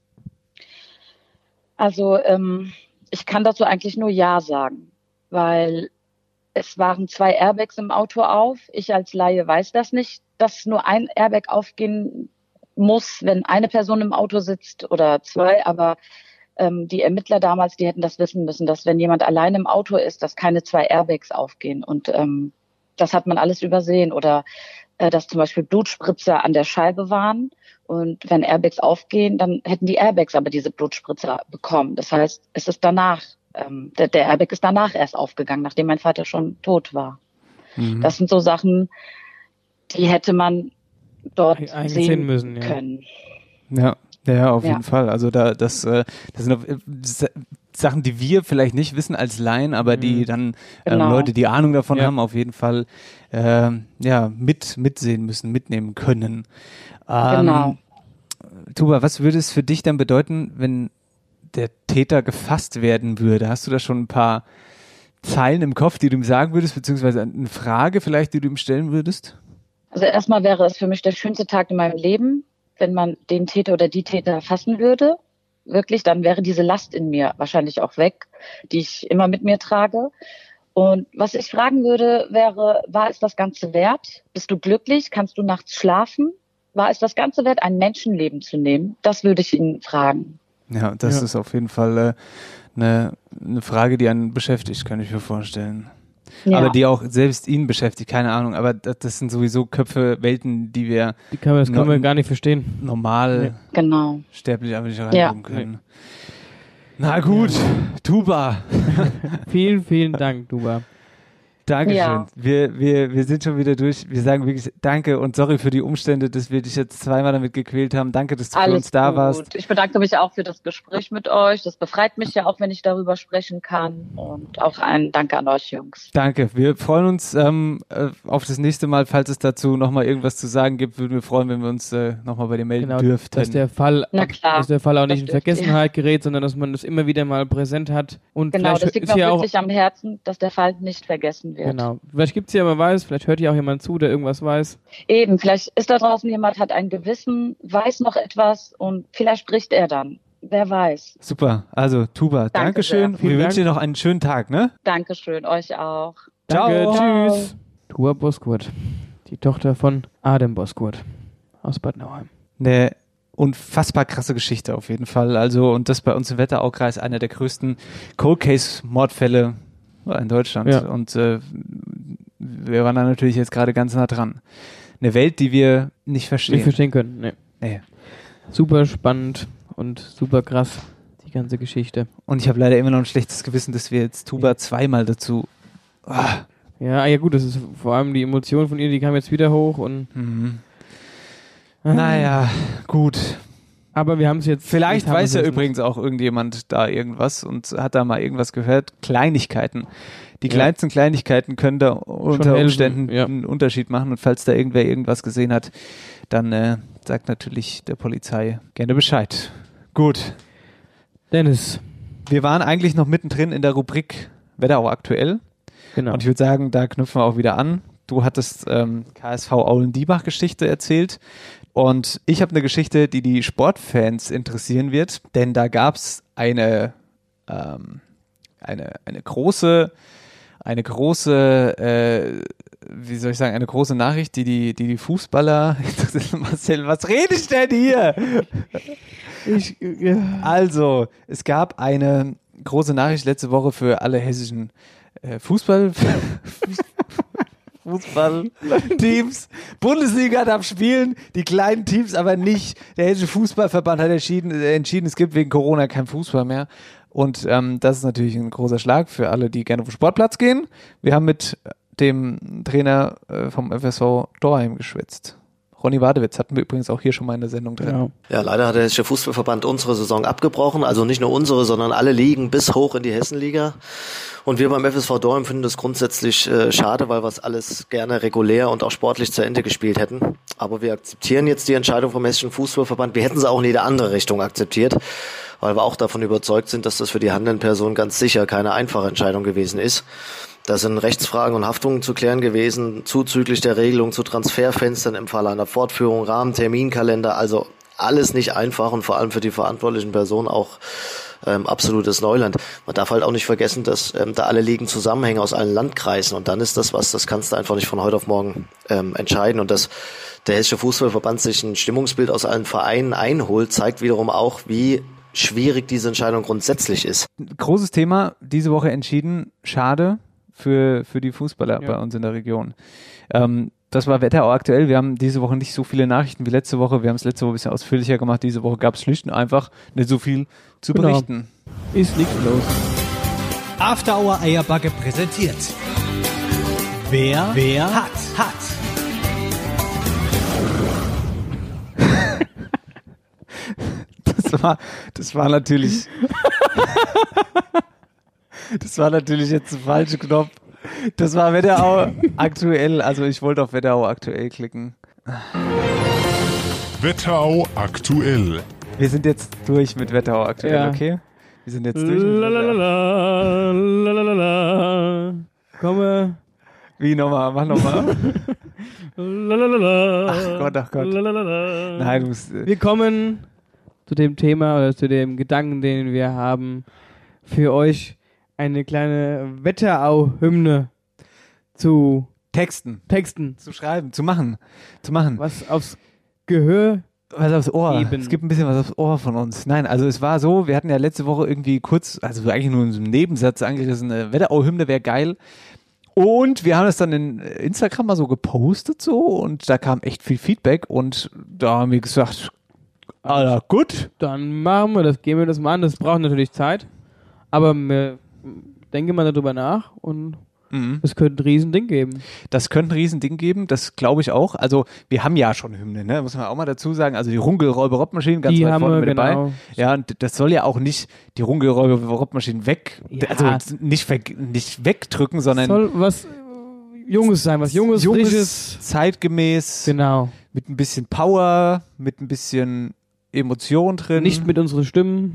[SPEAKER 6] Also ich kann dazu eigentlich nur Ja sagen, weil es waren 2 Airbags im Auto auf. Ich als Laie weiß das nicht, dass nur ein Airbag aufgehen muss, wenn eine Person im Auto sitzt oder 2, aber die Ermittler damals, die hätten das wissen müssen, dass wenn jemand allein im Auto ist, dass keine 2 Airbags aufgehen. Und das hat man alles übersehen. Oder dass zum Beispiel Blutspritzer an der Scheibe waren. Und wenn Airbags aufgehen, dann hätten die Airbags aber diese Blutspritzer bekommen. Das heißt, es ist danach, der Airbag ist danach erst aufgegangen, nachdem mein Vater schon tot war. Mhm. Das sind so Sachen, die hätte man dort sehen müssen, können.
[SPEAKER 2] Ja, auf jeden Fall. Also das sind Sachen, die wir vielleicht nicht wissen als Laien, aber die dann Leute, die Ahnung davon haben, auf jeden Fall mitsehen müssen, mitnehmen können.
[SPEAKER 6] Genau.
[SPEAKER 2] Tuba, was würde es für dich dann bedeuten, wenn der Täter gefasst werden würde? Hast du da schon ein paar Zeilen im Kopf, die du ihm sagen würdest, beziehungsweise eine Frage vielleicht, die du ihm stellen würdest?
[SPEAKER 6] Also erstmal wäre es für mich der schönste Tag in meinem Leben, wenn man den Täter oder die Täter erfassen würde. Wirklich, dann wäre diese Last in mir wahrscheinlich auch weg, die ich immer mit mir trage. Und was ich fragen würde, wäre, war es das Ganze wert? Bist du glücklich? Kannst du nachts schlafen? War es das Ganze wert, ein Menschenleben zu nehmen? Das würde ich ihn fragen.
[SPEAKER 2] Ja, das ist auf jeden Fall eine Frage, die einen beschäftigt, kann ich mir vorstellen. Ja. Aber die auch selbst ihn beschäftigt, keine Ahnung. Aber das sind sowieso Köpfe, Welten, die wir...
[SPEAKER 3] Das können wir gar nicht verstehen.
[SPEAKER 2] Normal, sterblich einfach nicht reingucken können. Na gut, Tuba.
[SPEAKER 3] Vielen, vielen Dank, Tuba.
[SPEAKER 2] Dankeschön.
[SPEAKER 6] Ja.
[SPEAKER 2] Wir sind schon wieder durch. Wir sagen wirklich Danke und sorry für die Umstände, dass wir dich jetzt zweimal damit gequält haben. Danke, dass du für uns da warst.
[SPEAKER 6] Ich bedanke mich auch für das Gespräch mit euch. Das befreit mich ja auch, wenn ich darüber sprechen kann. Und auch ein Danke an euch, Jungs.
[SPEAKER 2] Danke. Wir freuen uns auf das nächste Mal. Falls es dazu nochmal irgendwas zu sagen gibt, würden wir freuen, wenn wir uns nochmal bei dir melden dürften.
[SPEAKER 3] Dass der Fall auch nicht in Vergessenheit gerät, sondern dass man das immer wieder mal präsent hat. Und
[SPEAKER 6] genau, das liegt mir auch wirklich am Herzen, dass der Fall nicht vergessen wird.
[SPEAKER 3] Genau. Vielleicht gibt es ja, wer weiß, vielleicht hört ja auch jemand zu, der irgendwas weiß.
[SPEAKER 6] Eben, vielleicht ist da draußen jemand, hat ein Gewissen, weiß noch etwas und vielleicht spricht er dann. Wer weiß.
[SPEAKER 2] Super. Also, Tuba, Dankeschön. Wir wünschen dir noch einen schönen Tag, ne?
[SPEAKER 6] Dankeschön, euch auch.
[SPEAKER 3] Danke, tschüss. Tuba Boskurt, die Tochter von Adem Boskurt aus Bad Nauheim.
[SPEAKER 2] Eine unfassbar krasse Geschichte auf jeden Fall. Also, und das bei uns im Wetteraukreis einer der größten Cold-Case-Mordfälle in Deutschland. Ja. Und wir waren da natürlich jetzt gerade ganz nah dran. Eine Welt, die wir nicht verstehen.
[SPEAKER 3] Nicht verstehen können, nee. Super spannend und super krass, die ganze Geschichte.
[SPEAKER 2] Und ich habe leider immer noch ein schlechtes Gewissen, dass wir jetzt Tuba zweimal dazu...
[SPEAKER 3] Ja, gut, das ist vor allem die Emotion von ihr, die kam jetzt wieder hoch und...
[SPEAKER 2] Naja, gut.
[SPEAKER 3] Aber wir haben es jetzt...
[SPEAKER 2] Vielleicht weiß ja übrigens auch irgendjemand da irgendwas und hat da mal irgendwas gehört. Kleinigkeiten. Die kleinsten Kleinigkeiten können da unter Umständen einen Unterschied machen. Und falls da irgendwer irgendwas gesehen hat, dann sagt natürlich der Polizei gerne Bescheid. Gut.
[SPEAKER 3] Dennis.
[SPEAKER 2] Wir waren eigentlich noch mittendrin in der Rubrik Wetterau aktuell.
[SPEAKER 3] Genau.
[SPEAKER 2] Und ich würde sagen, da knüpfen wir auch wieder an. Du hattest KSV Auen-Diebach-Geschichte erzählt. Und ich habe eine Geschichte, die die Sportfans interessieren wird, denn da gab es eine große Nachricht, die Fußballer Marcel, was rede ich denn hier? Also, es gab eine große Nachricht letzte Woche für alle hessischen Fußballteams. Bundesliga darf spielen, die kleinen Teams aber nicht. Der Hessische Fußballverband hat entschieden, es gibt wegen Corona kein Fußball mehr. Und das ist natürlich ein großer Schlag für alle, die gerne auf den Sportplatz gehen. Wir haben mit dem Trainer vom FSV Dorheim geschwätzt. Ronny Wadewitz hatten wir übrigens auch hier schon mal in der Sendung drin.
[SPEAKER 8] Genau. Ja, leider hat der Hessische Fußballverband unsere Saison abgebrochen. Also nicht nur unsere, sondern alle Ligen bis hoch in die Hessenliga. Und wir beim FSV Dorheim finden das grundsätzlich schade, weil wir es alles gerne regulär und auch sportlich zu Ende gespielt hätten. Aber wir akzeptieren jetzt die Entscheidung vom Hessischen Fußballverband. Wir hätten sie auch in jede andere Richtung akzeptiert, weil wir auch davon überzeugt sind, dass das für die handelnden Personen ganz sicher keine einfache Entscheidung gewesen ist. Da sind Rechtsfragen und Haftungen zu klären gewesen, zuzüglich der Regelung zu Transferfenstern im Falle einer Fortführung, Rahmen, Terminkalender, also alles nicht einfach und vor allem für die verantwortlichen Personen auch absolutes Neuland. Man darf halt auch nicht vergessen, dass da alle Ligen zusammenhängen aus allen Landkreisen und dann ist das kannst du einfach nicht von heute auf morgen entscheiden und dass der Hessische Fußballverband sich ein Stimmungsbild aus allen Vereinen einholt, zeigt wiederum auch, wie schwierig diese Entscheidung grundsätzlich ist.
[SPEAKER 2] Großes Thema, diese Woche entschieden, schade, für die Fußballer bei uns in der Region. Das war Wetterau aktuell. Wir haben diese Woche nicht so viele Nachrichten wie letzte Woche. Wir haben es letzte Woche ein bisschen ausführlicher gemacht. Diese Woche gab es schlicht und einfach nicht so viel zu berichten.
[SPEAKER 3] Ist nichts los.
[SPEAKER 4] After Hour Eierbacke präsentiert. Wer hat.
[SPEAKER 2] Das war natürlich jetzt der falsche Knopf. Das war Wetterau aktuell. Also ich wollte auf Wetterau aktuell klicken.
[SPEAKER 9] Wetterau aktuell.
[SPEAKER 2] Wir sind jetzt durch mit Wetterau aktuell, okay? Wir sind jetzt durch mit
[SPEAKER 3] Wetterau. Komme.
[SPEAKER 2] Wie nochmal? Mach nochmal. Ach Gott. Nein, du musst...
[SPEAKER 3] Wir kommen zu dem Thema oder zu dem Gedanken, den wir haben, für euch eine kleine Wetterau-Hymne zu
[SPEAKER 2] Texten,
[SPEAKER 3] zu
[SPEAKER 2] schreiben, zu machen.
[SPEAKER 3] Was aufs Gehör,
[SPEAKER 2] was aufs Ohr.
[SPEAKER 3] Eben.
[SPEAKER 2] Es gibt ein bisschen was aufs Ohr von uns. Nein, also es war so, wir hatten ja letzte Woche irgendwie kurz, also eigentlich nur in so einem Nebensatz angerissen, eine Wetterau-Hymne wäre geil. Und wir haben das dann in Instagram mal so gepostet so und da kam echt viel Feedback und da haben wir gesagt, Alter, gut.
[SPEAKER 3] Dann machen wir das, gehen wir das mal an. Das braucht natürlich Zeit, aber wir denken mal darüber nach und es könnte ein Riesending geben.
[SPEAKER 2] Das könnte ein Riesending geben, das glaube ich auch. Also wir haben ja schon Hymne, ne? Muss man auch mal dazu sagen. Also die Runkel-Räuber-Rottmaschinen ganz weit vorne mit dabei. Ja, und das soll ja auch nicht die Runkel-Räuber-Rottmaschinen also nicht wegdrücken, sondern
[SPEAKER 3] soll was Junges sein, was Junges, Frisches.
[SPEAKER 2] Zeitgemäß.
[SPEAKER 3] Genau.
[SPEAKER 2] Mit ein bisschen Power, mit ein bisschen Emotion drin.
[SPEAKER 3] Nicht mit unseren Stimmen.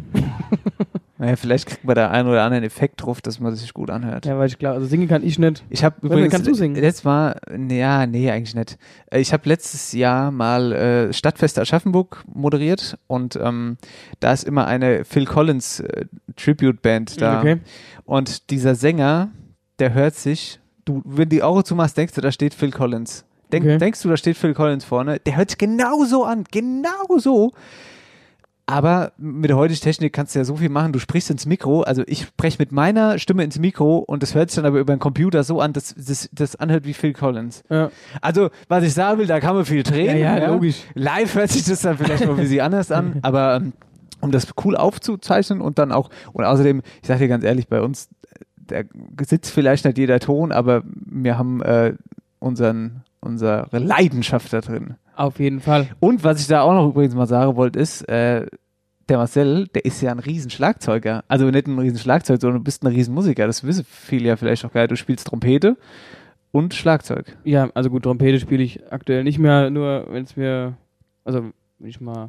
[SPEAKER 2] Naja, vielleicht kriegt man da einen oder anderen Effekt drauf, dass man sich gut anhört.
[SPEAKER 3] Ja, weil ich glaube, also singen kann ich nicht.
[SPEAKER 2] Ich habe übrigens,
[SPEAKER 3] kannst du singen?
[SPEAKER 2] Letztes Mal, nee, eigentlich nicht. Ich habe letztes Jahr mal Stadtfest Aschaffenburg moderiert und da ist immer eine Phil Collins Tribute-Band da.
[SPEAKER 3] Okay.
[SPEAKER 2] Und dieser Sänger, der hört sich, wenn die Augen zumachst, denkst du, da steht Phil Collins. Denkst du, da steht Phil Collins vorne? Der hört sich genauso an, genauso. Aber mit der heutigen Technik kannst du ja so viel machen. Du sprichst ins Mikro, also ich spreche mit meiner Stimme ins Mikro und das hört sich dann aber über den Computer so an, dass das anhört wie Phil Collins. Ja. Also, was ich sagen will, da kann man viel drehen.
[SPEAKER 3] Ja, logisch.
[SPEAKER 2] Live hört sich das dann vielleicht noch ein bisschen anders an, aber um das cool aufzuzeichnen und dann auch, und außerdem, ich sag dir ganz ehrlich, bei uns, da sitzt vielleicht nicht jeder Ton, aber wir haben unsere Leidenschaft da drin.
[SPEAKER 3] Auf jeden Fall.
[SPEAKER 2] Und was ich da auch noch übrigens mal sagen wollte, ist, der Marcel, der ist ja ein Riesenschlagzeuger. Also nicht ein Riesenschlagzeuger, sondern du bist ein Riesenmusiker. Das wissen viele ja vielleicht auch gar nicht. Du spielst Trompete und Schlagzeug.
[SPEAKER 3] Ja, also gut, Trompete spiele ich aktuell nicht mehr, nur wenn es mir, also wenn ich mal...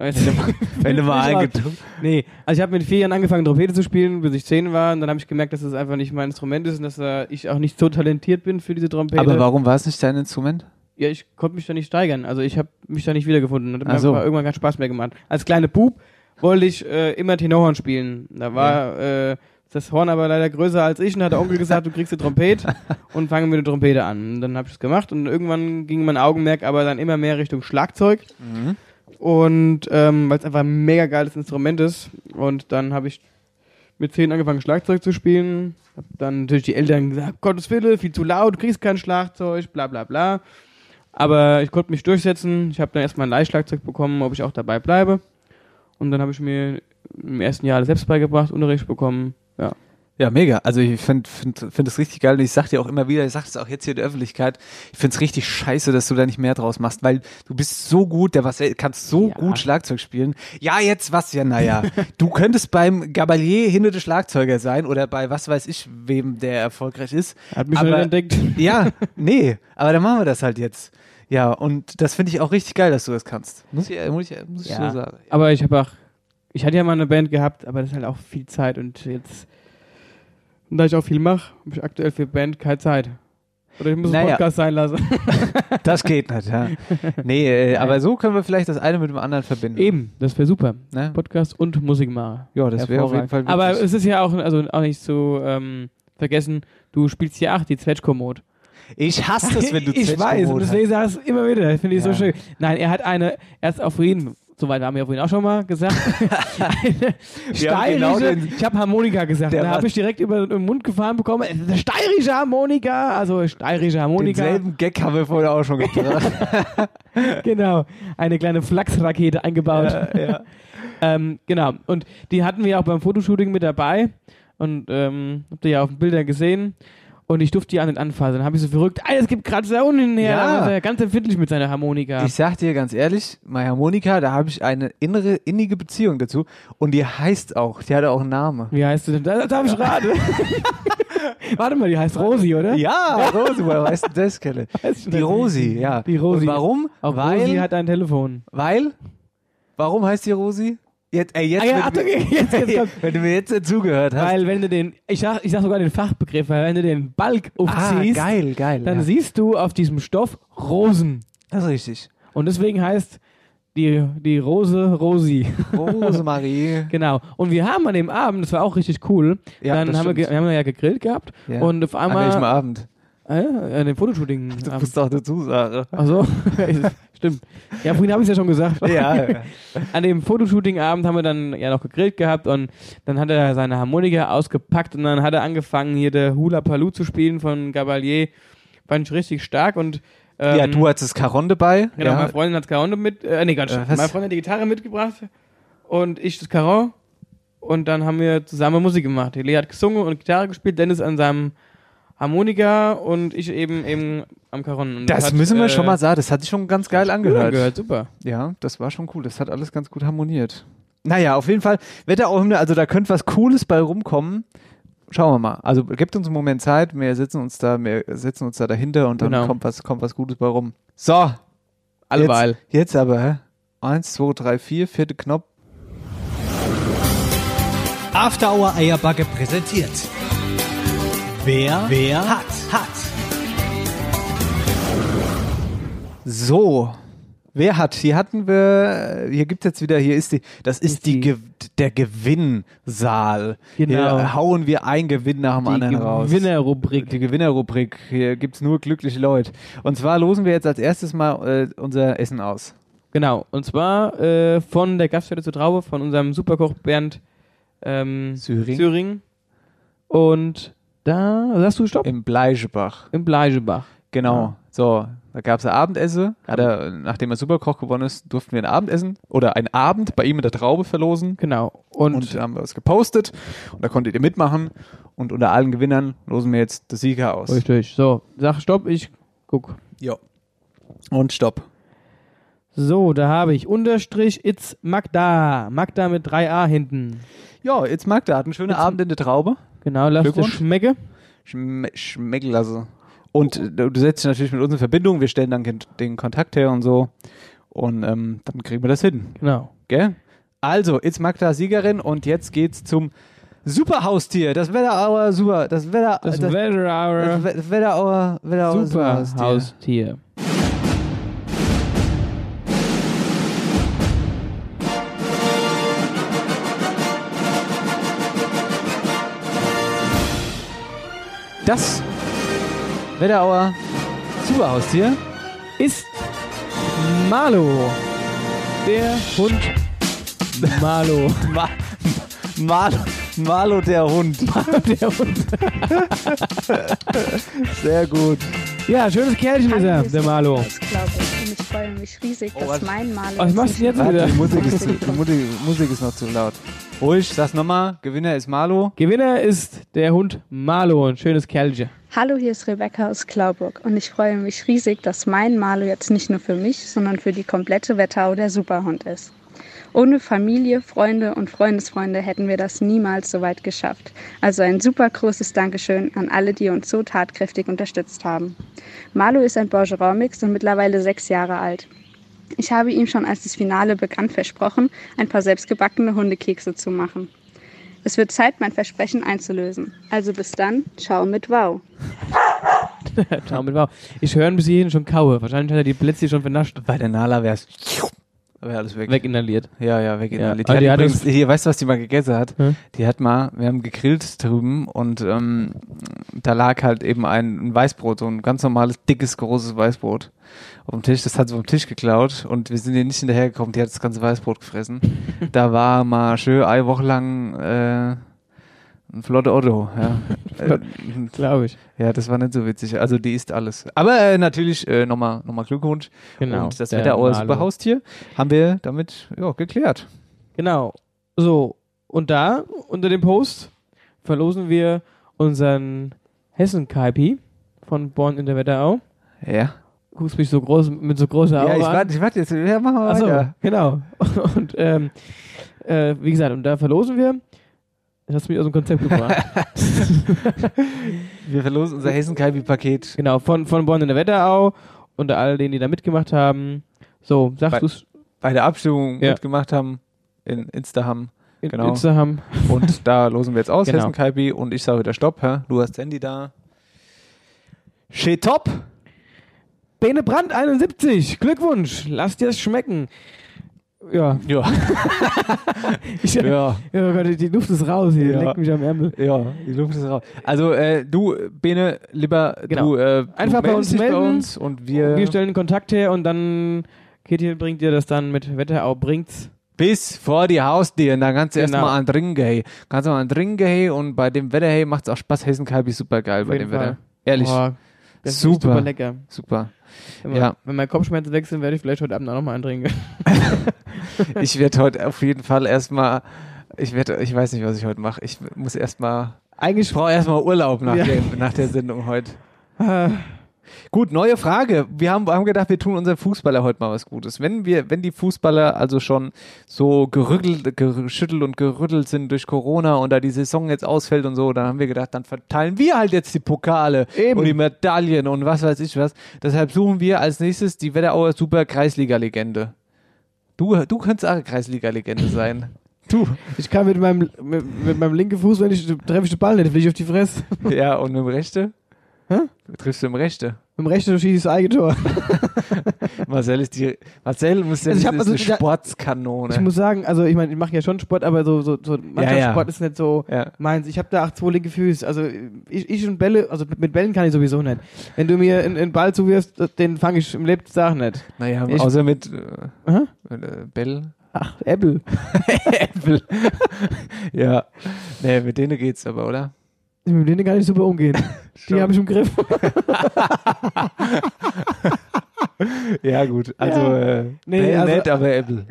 [SPEAKER 2] wenn du mal eingetupft.
[SPEAKER 3] Nee, also ich habe mit 4 Jahren angefangen, Trompete zu spielen, bis ich 10 war. Und dann habe ich gemerkt, dass das einfach nicht mein Instrument ist und dass ich auch nicht so talentiert bin für diese Trompete.
[SPEAKER 2] Aber warum war es nicht dein Instrument?
[SPEAKER 3] Ja, ich konnte mich da nicht steigern. Also ich habe mich da nicht wiedergefunden. Hat mir irgendwann keinen Spaß mehr gemacht. Als kleiner Bub wollte ich immer Tenorhorn spielen. Da war das Horn aber leider größer als ich und hat der Onkel gesagt, du kriegst eine Trompete und fangen mit der Trompete an. Und dann habe ich es gemacht und irgendwann ging mein Augenmerk aber dann immer mehr Richtung Schlagzeug. Mhm. Und weil es einfach ein mega geiles Instrument ist. Und dann habe ich mit 10 angefangen, Schlagzeug zu spielen. Hab dann natürlich die Eltern gesagt, Gottes Willen, viel zu laut, du kriegst kein Schlagzeug, bla bla bla. Aber ich konnte mich durchsetzen. Ich habe dann erstmal ein Leihschlagzeug bekommen, ob ich auch dabei bleibe. Und dann habe ich mir im ersten Jahr selbst beigebracht, Unterricht bekommen. Ja.
[SPEAKER 2] Ja, mega. Also ich find das richtig geil und ich sag dir auch immer wieder, ich sag das auch jetzt hier in der Öffentlichkeit, ich find's richtig scheiße, dass du da nicht mehr draus machst, weil du bist so gut, kannst so gut Schlagzeug spielen. Ja, jetzt was? Ja, naja. Du könntest beim Gabalier hinter der Schlagzeuger sein oder bei was weiß ich, wem der erfolgreich ist.
[SPEAKER 3] Hat mich schon entdeckt.
[SPEAKER 2] Ja, nee, aber dann machen wir das halt jetzt. Ja, und das finde ich auch richtig geil, dass du das kannst. Muss ich so sagen. Ja.
[SPEAKER 3] Aber ich hatte ja mal eine Band gehabt, aber das ist halt auch viel Zeit und jetzt... Und da ich auch viel mache, habe ich aktuell für Band keine Zeit. Oder ich muss einen Podcast sein lassen.
[SPEAKER 2] Das geht nicht, ja. Nee, aber so können wir vielleicht das eine mit dem anderen verbinden.
[SPEAKER 3] Eben, das wäre super. Ne? Podcast und Musik machen.
[SPEAKER 2] Ja, das wäre auf jeden Fall wichtig.
[SPEAKER 3] Aber es ist ja auch nicht zu vergessen, du spielst ja auch die Zwetschko-Mode.
[SPEAKER 2] Ich hasse das, wenn du
[SPEAKER 3] Ich weiß, und deswegen sage ich es immer wieder. Das finde ich so schön. Nein, er ist auf jeden soweit haben wir vorhin auch schon mal gesagt. Eine steirische, ich habe Harmonika gesagt, da habe ich direkt über den Mund gefahren bekommen. Eine steirische Harmonika, also steirische Harmonika.
[SPEAKER 2] Denselben Gag haben wir vorher auch schon gebracht.
[SPEAKER 3] Genau, eine kleine Flachsrakete eingebaut. Genau, und die hatten wir auch beim Fotoshooting mit dabei und habt ihr ja auf den Bildern gesehen. Und ich durfte die an den anfassen. Dann habe ich so verrückt, es gibt Kratzer unten her. Da war er ganz empfindlich mit seiner Harmonika.
[SPEAKER 2] Ich sag dir ganz ehrlich, meine Harmonika, da habe ich eine innige Beziehung dazu. Und die heißt auch, die hat auch einen Namen.
[SPEAKER 3] Wie heißt du denn? Das darf ich raten. Warte mal, die heißt Rosi, oder?
[SPEAKER 2] Ja, Rosi, woher weißt du das, Kelle? Die Rosi, ja.
[SPEAKER 3] Die Rosi.
[SPEAKER 2] Und warum?
[SPEAKER 3] Auch Rosi hat ein Telefon.
[SPEAKER 2] Warum heißt die Rosi? Jetzt, wenn du mir jetzt dazugehört hast.
[SPEAKER 3] Weil wenn du den, ich sag sogar den Fachbegriff, weil wenn du den Balk aufziehst,
[SPEAKER 2] geil,
[SPEAKER 3] dann siehst du auf diesem Stoff Rosen.
[SPEAKER 2] Das ist richtig.
[SPEAKER 3] Und deswegen heißt die Rose Rosi.
[SPEAKER 2] Rosemarie.
[SPEAKER 3] Genau. Und wir haben an dem Abend, das war auch richtig cool,
[SPEAKER 2] Ja,
[SPEAKER 3] dann haben wir ja gegrillt gehabt und auf einmal...
[SPEAKER 2] An welchem Abend?
[SPEAKER 3] An dem Fotoshooting.
[SPEAKER 2] Du musst doch dazu sagen.
[SPEAKER 3] Ach so, stimmt. Ja, vorhin habe ich es ja schon gesagt.
[SPEAKER 2] Ja.
[SPEAKER 3] An dem Fotoshooting-Abend haben wir dann ja noch gegrillt gehabt und dann hat er seine Harmonika ausgepackt und dann hat er angefangen, hier der Hula Paloo zu spielen von Gabalier. Fand ich richtig stark und
[SPEAKER 2] ja, du hattest das Caron dabei.
[SPEAKER 3] Genau,
[SPEAKER 2] ja.
[SPEAKER 3] meine Freundin hat das Caron mit, meine Freundin hat die Gitarre mitgebracht und ich das Caron und dann haben wir zusammen Musik gemacht. Lea hat gesungen und Gitarre gespielt, Dennis an seinem Harmonika und ich eben am Caron. Und
[SPEAKER 2] das müssen wir schon mal sagen, das hat sich schon ganz geil angehört.
[SPEAKER 3] Super.
[SPEAKER 2] Ja, das war schon cool, das hat alles ganz gut harmoniert. Naja, auf jeden Fall, Wetterau-Hymne, also da könnte was Cooles bei rumkommen. Schauen wir mal. Also gebt uns einen Moment Zeit, wir setzen uns da dahinter und dann kommt was Gutes bei rum. So.
[SPEAKER 3] Alleweil.
[SPEAKER 2] Jetzt aber, 1, 2, 3, 4, vierte Knopf.
[SPEAKER 4] After Hour Eierbacke präsentiert. Wer hat.
[SPEAKER 2] So. Wer hat? Hier gibt es jetzt wieder, das ist der Gewinnsaal.
[SPEAKER 3] Genau.
[SPEAKER 2] Hier hauen wir ein Gewinn nach dem anderen raus. Die Gewinnerrubrik. Hier gibt es nur glückliche Leute. Und zwar losen wir jetzt als erstes mal unser Essen aus.
[SPEAKER 3] Genau. Und zwar von der Gaststätte zur Traube, von unserem Superkoch Bernd Syring. Und da, sagst du Stopp?
[SPEAKER 2] Im Bleigebach. Genau. Ja. So, da gab es ein Abendessen. Nachdem er Superkoch gewonnen ist, durften wir ein Abendessen oder einen Abend bei ihm in der Traube verlosen.
[SPEAKER 3] Genau.
[SPEAKER 2] Und haben wir was gepostet. Und da konntet ihr mitmachen. Und unter allen Gewinnern losen wir jetzt das Sieger aus.
[SPEAKER 3] Richtig. So, sag Stopp, ich guck.
[SPEAKER 2] Jo. Und Stopp.
[SPEAKER 3] So, da habe ich Unterstrich It's Magda. Magda mit 3a hinten.
[SPEAKER 2] Ja, It's Magda hat einen schönen Abend in der Traube.
[SPEAKER 3] Genau, lass es schmecken.
[SPEAKER 2] Schmecken lassen. Und du setzt dich natürlich mit uns in Verbindung. Wir stellen dann den Kontakt her und so. Und dann kriegen wir das hin.
[SPEAKER 3] Genau.
[SPEAKER 2] Gell? Also, It's Magda Siegerin und jetzt geht's zum Superhaustier. Das Wetterauer
[SPEAKER 3] Superhaustier.
[SPEAKER 2] Das Wetterauer Superhaustier
[SPEAKER 3] ist Malo. Der Hund Malo.
[SPEAKER 2] Malo der Hund. Sehr gut.
[SPEAKER 3] Ja, schönes Kerlchen ist er, der Malo.
[SPEAKER 10] Und ich freue mich riesig, dass mein Malo...
[SPEAKER 3] Was machst du jetzt wieder?
[SPEAKER 2] Die Musik ist noch zu laut. Ruhig, sag's nochmal. Gewinner ist Malo.
[SPEAKER 3] Gewinner ist der Hund Malo. Ein schönes Kerlchen.
[SPEAKER 10] Hallo, hier ist Rebecca aus Klauburg und ich freue mich riesig, dass mein Malo jetzt nicht nur für mich, sondern für die komplette Wetterau der Superhund ist. Ohne Familie, Freunde und Freundesfreunde hätten wir das niemals so weit geschafft. Also ein super großes Dankeschön an alle, die uns so tatkräftig unterstützt haben. Malo ist ein Bergeron-Mix und mittlerweile 6 Jahre alt. Ich habe ihm schon, als das Finale begann, versprochen, ein paar selbstgebackene Hundekekse zu machen. Es wird Zeit, mein Versprechen einzulösen. Also bis dann, ciao mit Wow.
[SPEAKER 3] Ciao mit Wow. Ich höre ihn bis hierhin schon kaue. Wahrscheinlich hat er die Plätzchen schon vernascht.
[SPEAKER 2] Bei der Nala wär's wäre alles weg.
[SPEAKER 3] Weginhaliert.
[SPEAKER 2] Ja, weginhaliert.
[SPEAKER 3] Ja,
[SPEAKER 2] Die hat
[SPEAKER 3] die hat
[SPEAKER 2] übrigens, hier, weißt du, was die mal gegessen hat?
[SPEAKER 3] Hm?
[SPEAKER 2] Wir haben gegrillt drüben und da lag halt eben ein Weißbrot, so ein ganz normales, dickes, großes Weißbrot auf dem Tisch. Das hat sie vom Tisch geklaut und wir sind ihr nicht hinterhergekommen. Die hat das ganze Weißbrot gefressen. Da war mal schön eine Woche lang ein flotter Otto, ja.
[SPEAKER 3] Glaube ich.
[SPEAKER 2] Ja, das war nicht so witzig. Also die isst alles. Aber natürlich nochmal Glückwunsch.
[SPEAKER 3] Genau.
[SPEAKER 2] Und das
[SPEAKER 3] der
[SPEAKER 2] Wetterauer
[SPEAKER 3] Malo.
[SPEAKER 2] Superhaustier haben wir damit geklärt.
[SPEAKER 3] Genau. So, und da, unter dem Post, verlosen wir unseren Hessen-Kaipi von Born in der Wetterau.
[SPEAKER 2] Ja.
[SPEAKER 3] Guckst mich so groß, mit so großer Augen
[SPEAKER 2] Ja,
[SPEAKER 3] an.
[SPEAKER 2] ich warte jetzt. Ja, machen wir
[SPEAKER 3] Achso,
[SPEAKER 2] weiter.
[SPEAKER 3] genau. Und wie gesagt, und da verlosen wir. Das hast du mich aus dem Konzept gebracht.
[SPEAKER 2] Wir verlosen unser Hessen-Kaipi-Paket.
[SPEAKER 3] Genau, von Born in der Wetterau. Unter all denen, die da mitgemacht haben. So, sagst du's?
[SPEAKER 2] Bei der Abstimmung
[SPEAKER 3] Ja.
[SPEAKER 2] mitgemacht haben in Instaham. Genau.
[SPEAKER 3] Instaham.
[SPEAKER 2] Und da losen wir jetzt aus,
[SPEAKER 3] Genau.
[SPEAKER 2] Hessen-Kaipi. Und ich sage wieder Stopp. Hä? Du hast das Handy da. Steht top.
[SPEAKER 3] Bene Brandt 71. Glückwunsch. Lass dir es schmecken. Ja.
[SPEAKER 2] Ja. Ja.
[SPEAKER 3] Oh Gott, die Luft ist raus hier.
[SPEAKER 2] Ja.
[SPEAKER 3] Leck mich am Ärmel.
[SPEAKER 2] Ja, die Luft ist raus. Also du, Bene, lieber
[SPEAKER 3] Genau.
[SPEAKER 2] du
[SPEAKER 3] Einfach
[SPEAKER 2] du
[SPEAKER 3] bei uns
[SPEAKER 2] meldest dich
[SPEAKER 3] melden.
[SPEAKER 2] bei uns und wir
[SPEAKER 3] stellen Kontakt her und dann Kitty bringt dir das dann mit Wetterau bringt's.
[SPEAKER 2] bis vor die Haustür. Und dann kannst du
[SPEAKER 3] Genau.
[SPEAKER 2] erstmal an Trinken gehen. Kannst du mal an Trinken gehen und bei dem Wetter hey, macht es auch Spaß. Hessen-Kaipi ist super geil bei
[SPEAKER 3] jeden
[SPEAKER 2] dem
[SPEAKER 3] Fall.
[SPEAKER 2] Wetter. Ehrlich.
[SPEAKER 3] Boah, das ist
[SPEAKER 2] Super.
[SPEAKER 3] super lecker.
[SPEAKER 2] Super.
[SPEAKER 3] Wenn meine Kopfschmerzen weg sind, werde ich vielleicht heute Abend auch nochmal eintrinken.
[SPEAKER 2] Ich werde heute auf jeden Fall erstmal, ich weiß nicht, was ich heute mache. Ich muss erstmal, ich brauche erstmal Urlaub nach der Sendung heute. Gut, neue Frage. Wir haben gedacht, wir tun unseren Fußballer heute mal was Gutes. Wenn die Fußballer also schon so geschüttelt und gerüttelt sind durch Corona und da die Saison jetzt ausfällt und so, dann haben wir gedacht, dann verteilen wir halt jetzt die Pokale und die Medaillen und was weiß ich was. Deshalb suchen wir als nächstes die Wetterauer Super Kreisliga-Legende. Du könntest auch eine Kreisliga-Legende sein. Du.
[SPEAKER 3] Ich kann mit meinem linken Fuß, treffe ich den Ball nicht, fliege ich auf die Fresse.
[SPEAKER 2] Ja, und mit dem Rechte?
[SPEAKER 3] Hä?
[SPEAKER 2] Triffst du im Rechte?
[SPEAKER 3] Mit dem Rechten schieße ich das Eigentor.
[SPEAKER 2] Marcel ist eine Sportskanone.
[SPEAKER 3] Ich muss sagen, also ich meine, ich mache ja schon Sport, aber so Mannschaftssport ist nicht so meins. Ich habe da auch 2 linke Füße. Also ich und Bälle, also mit Bällen kann ich sowieso nicht. Wenn du mir einen Ball zuwirfst, den fange ich im Lebtag nicht.
[SPEAKER 2] Naja, außer mit Bell.
[SPEAKER 3] Ach, Apple.
[SPEAKER 2] Apple. Ja. Nee, mit denen geht's aber, oder?
[SPEAKER 3] Mit denen kann ich super umgehen. Die habe ich im Griff.
[SPEAKER 2] Ja, gut. Also, nett, aber Apple.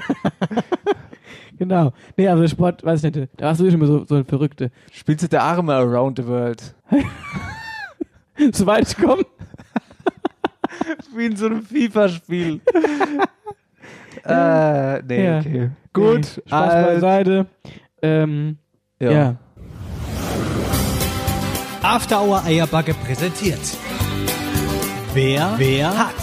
[SPEAKER 3] Genau. Nee, aber Sport, weiß ich nicht. Da warst du schon immer so ein Verrückte.
[SPEAKER 2] Spielst du der Arme around the world?
[SPEAKER 3] Soweit ich komme.
[SPEAKER 2] Wie in so einem FIFA-Spiel. Nee,
[SPEAKER 3] ja.
[SPEAKER 2] okay. Gut.
[SPEAKER 3] Nee, Spaß beiseite. Ja.
[SPEAKER 4] After Hour Eierbacke präsentiert. Wer hat.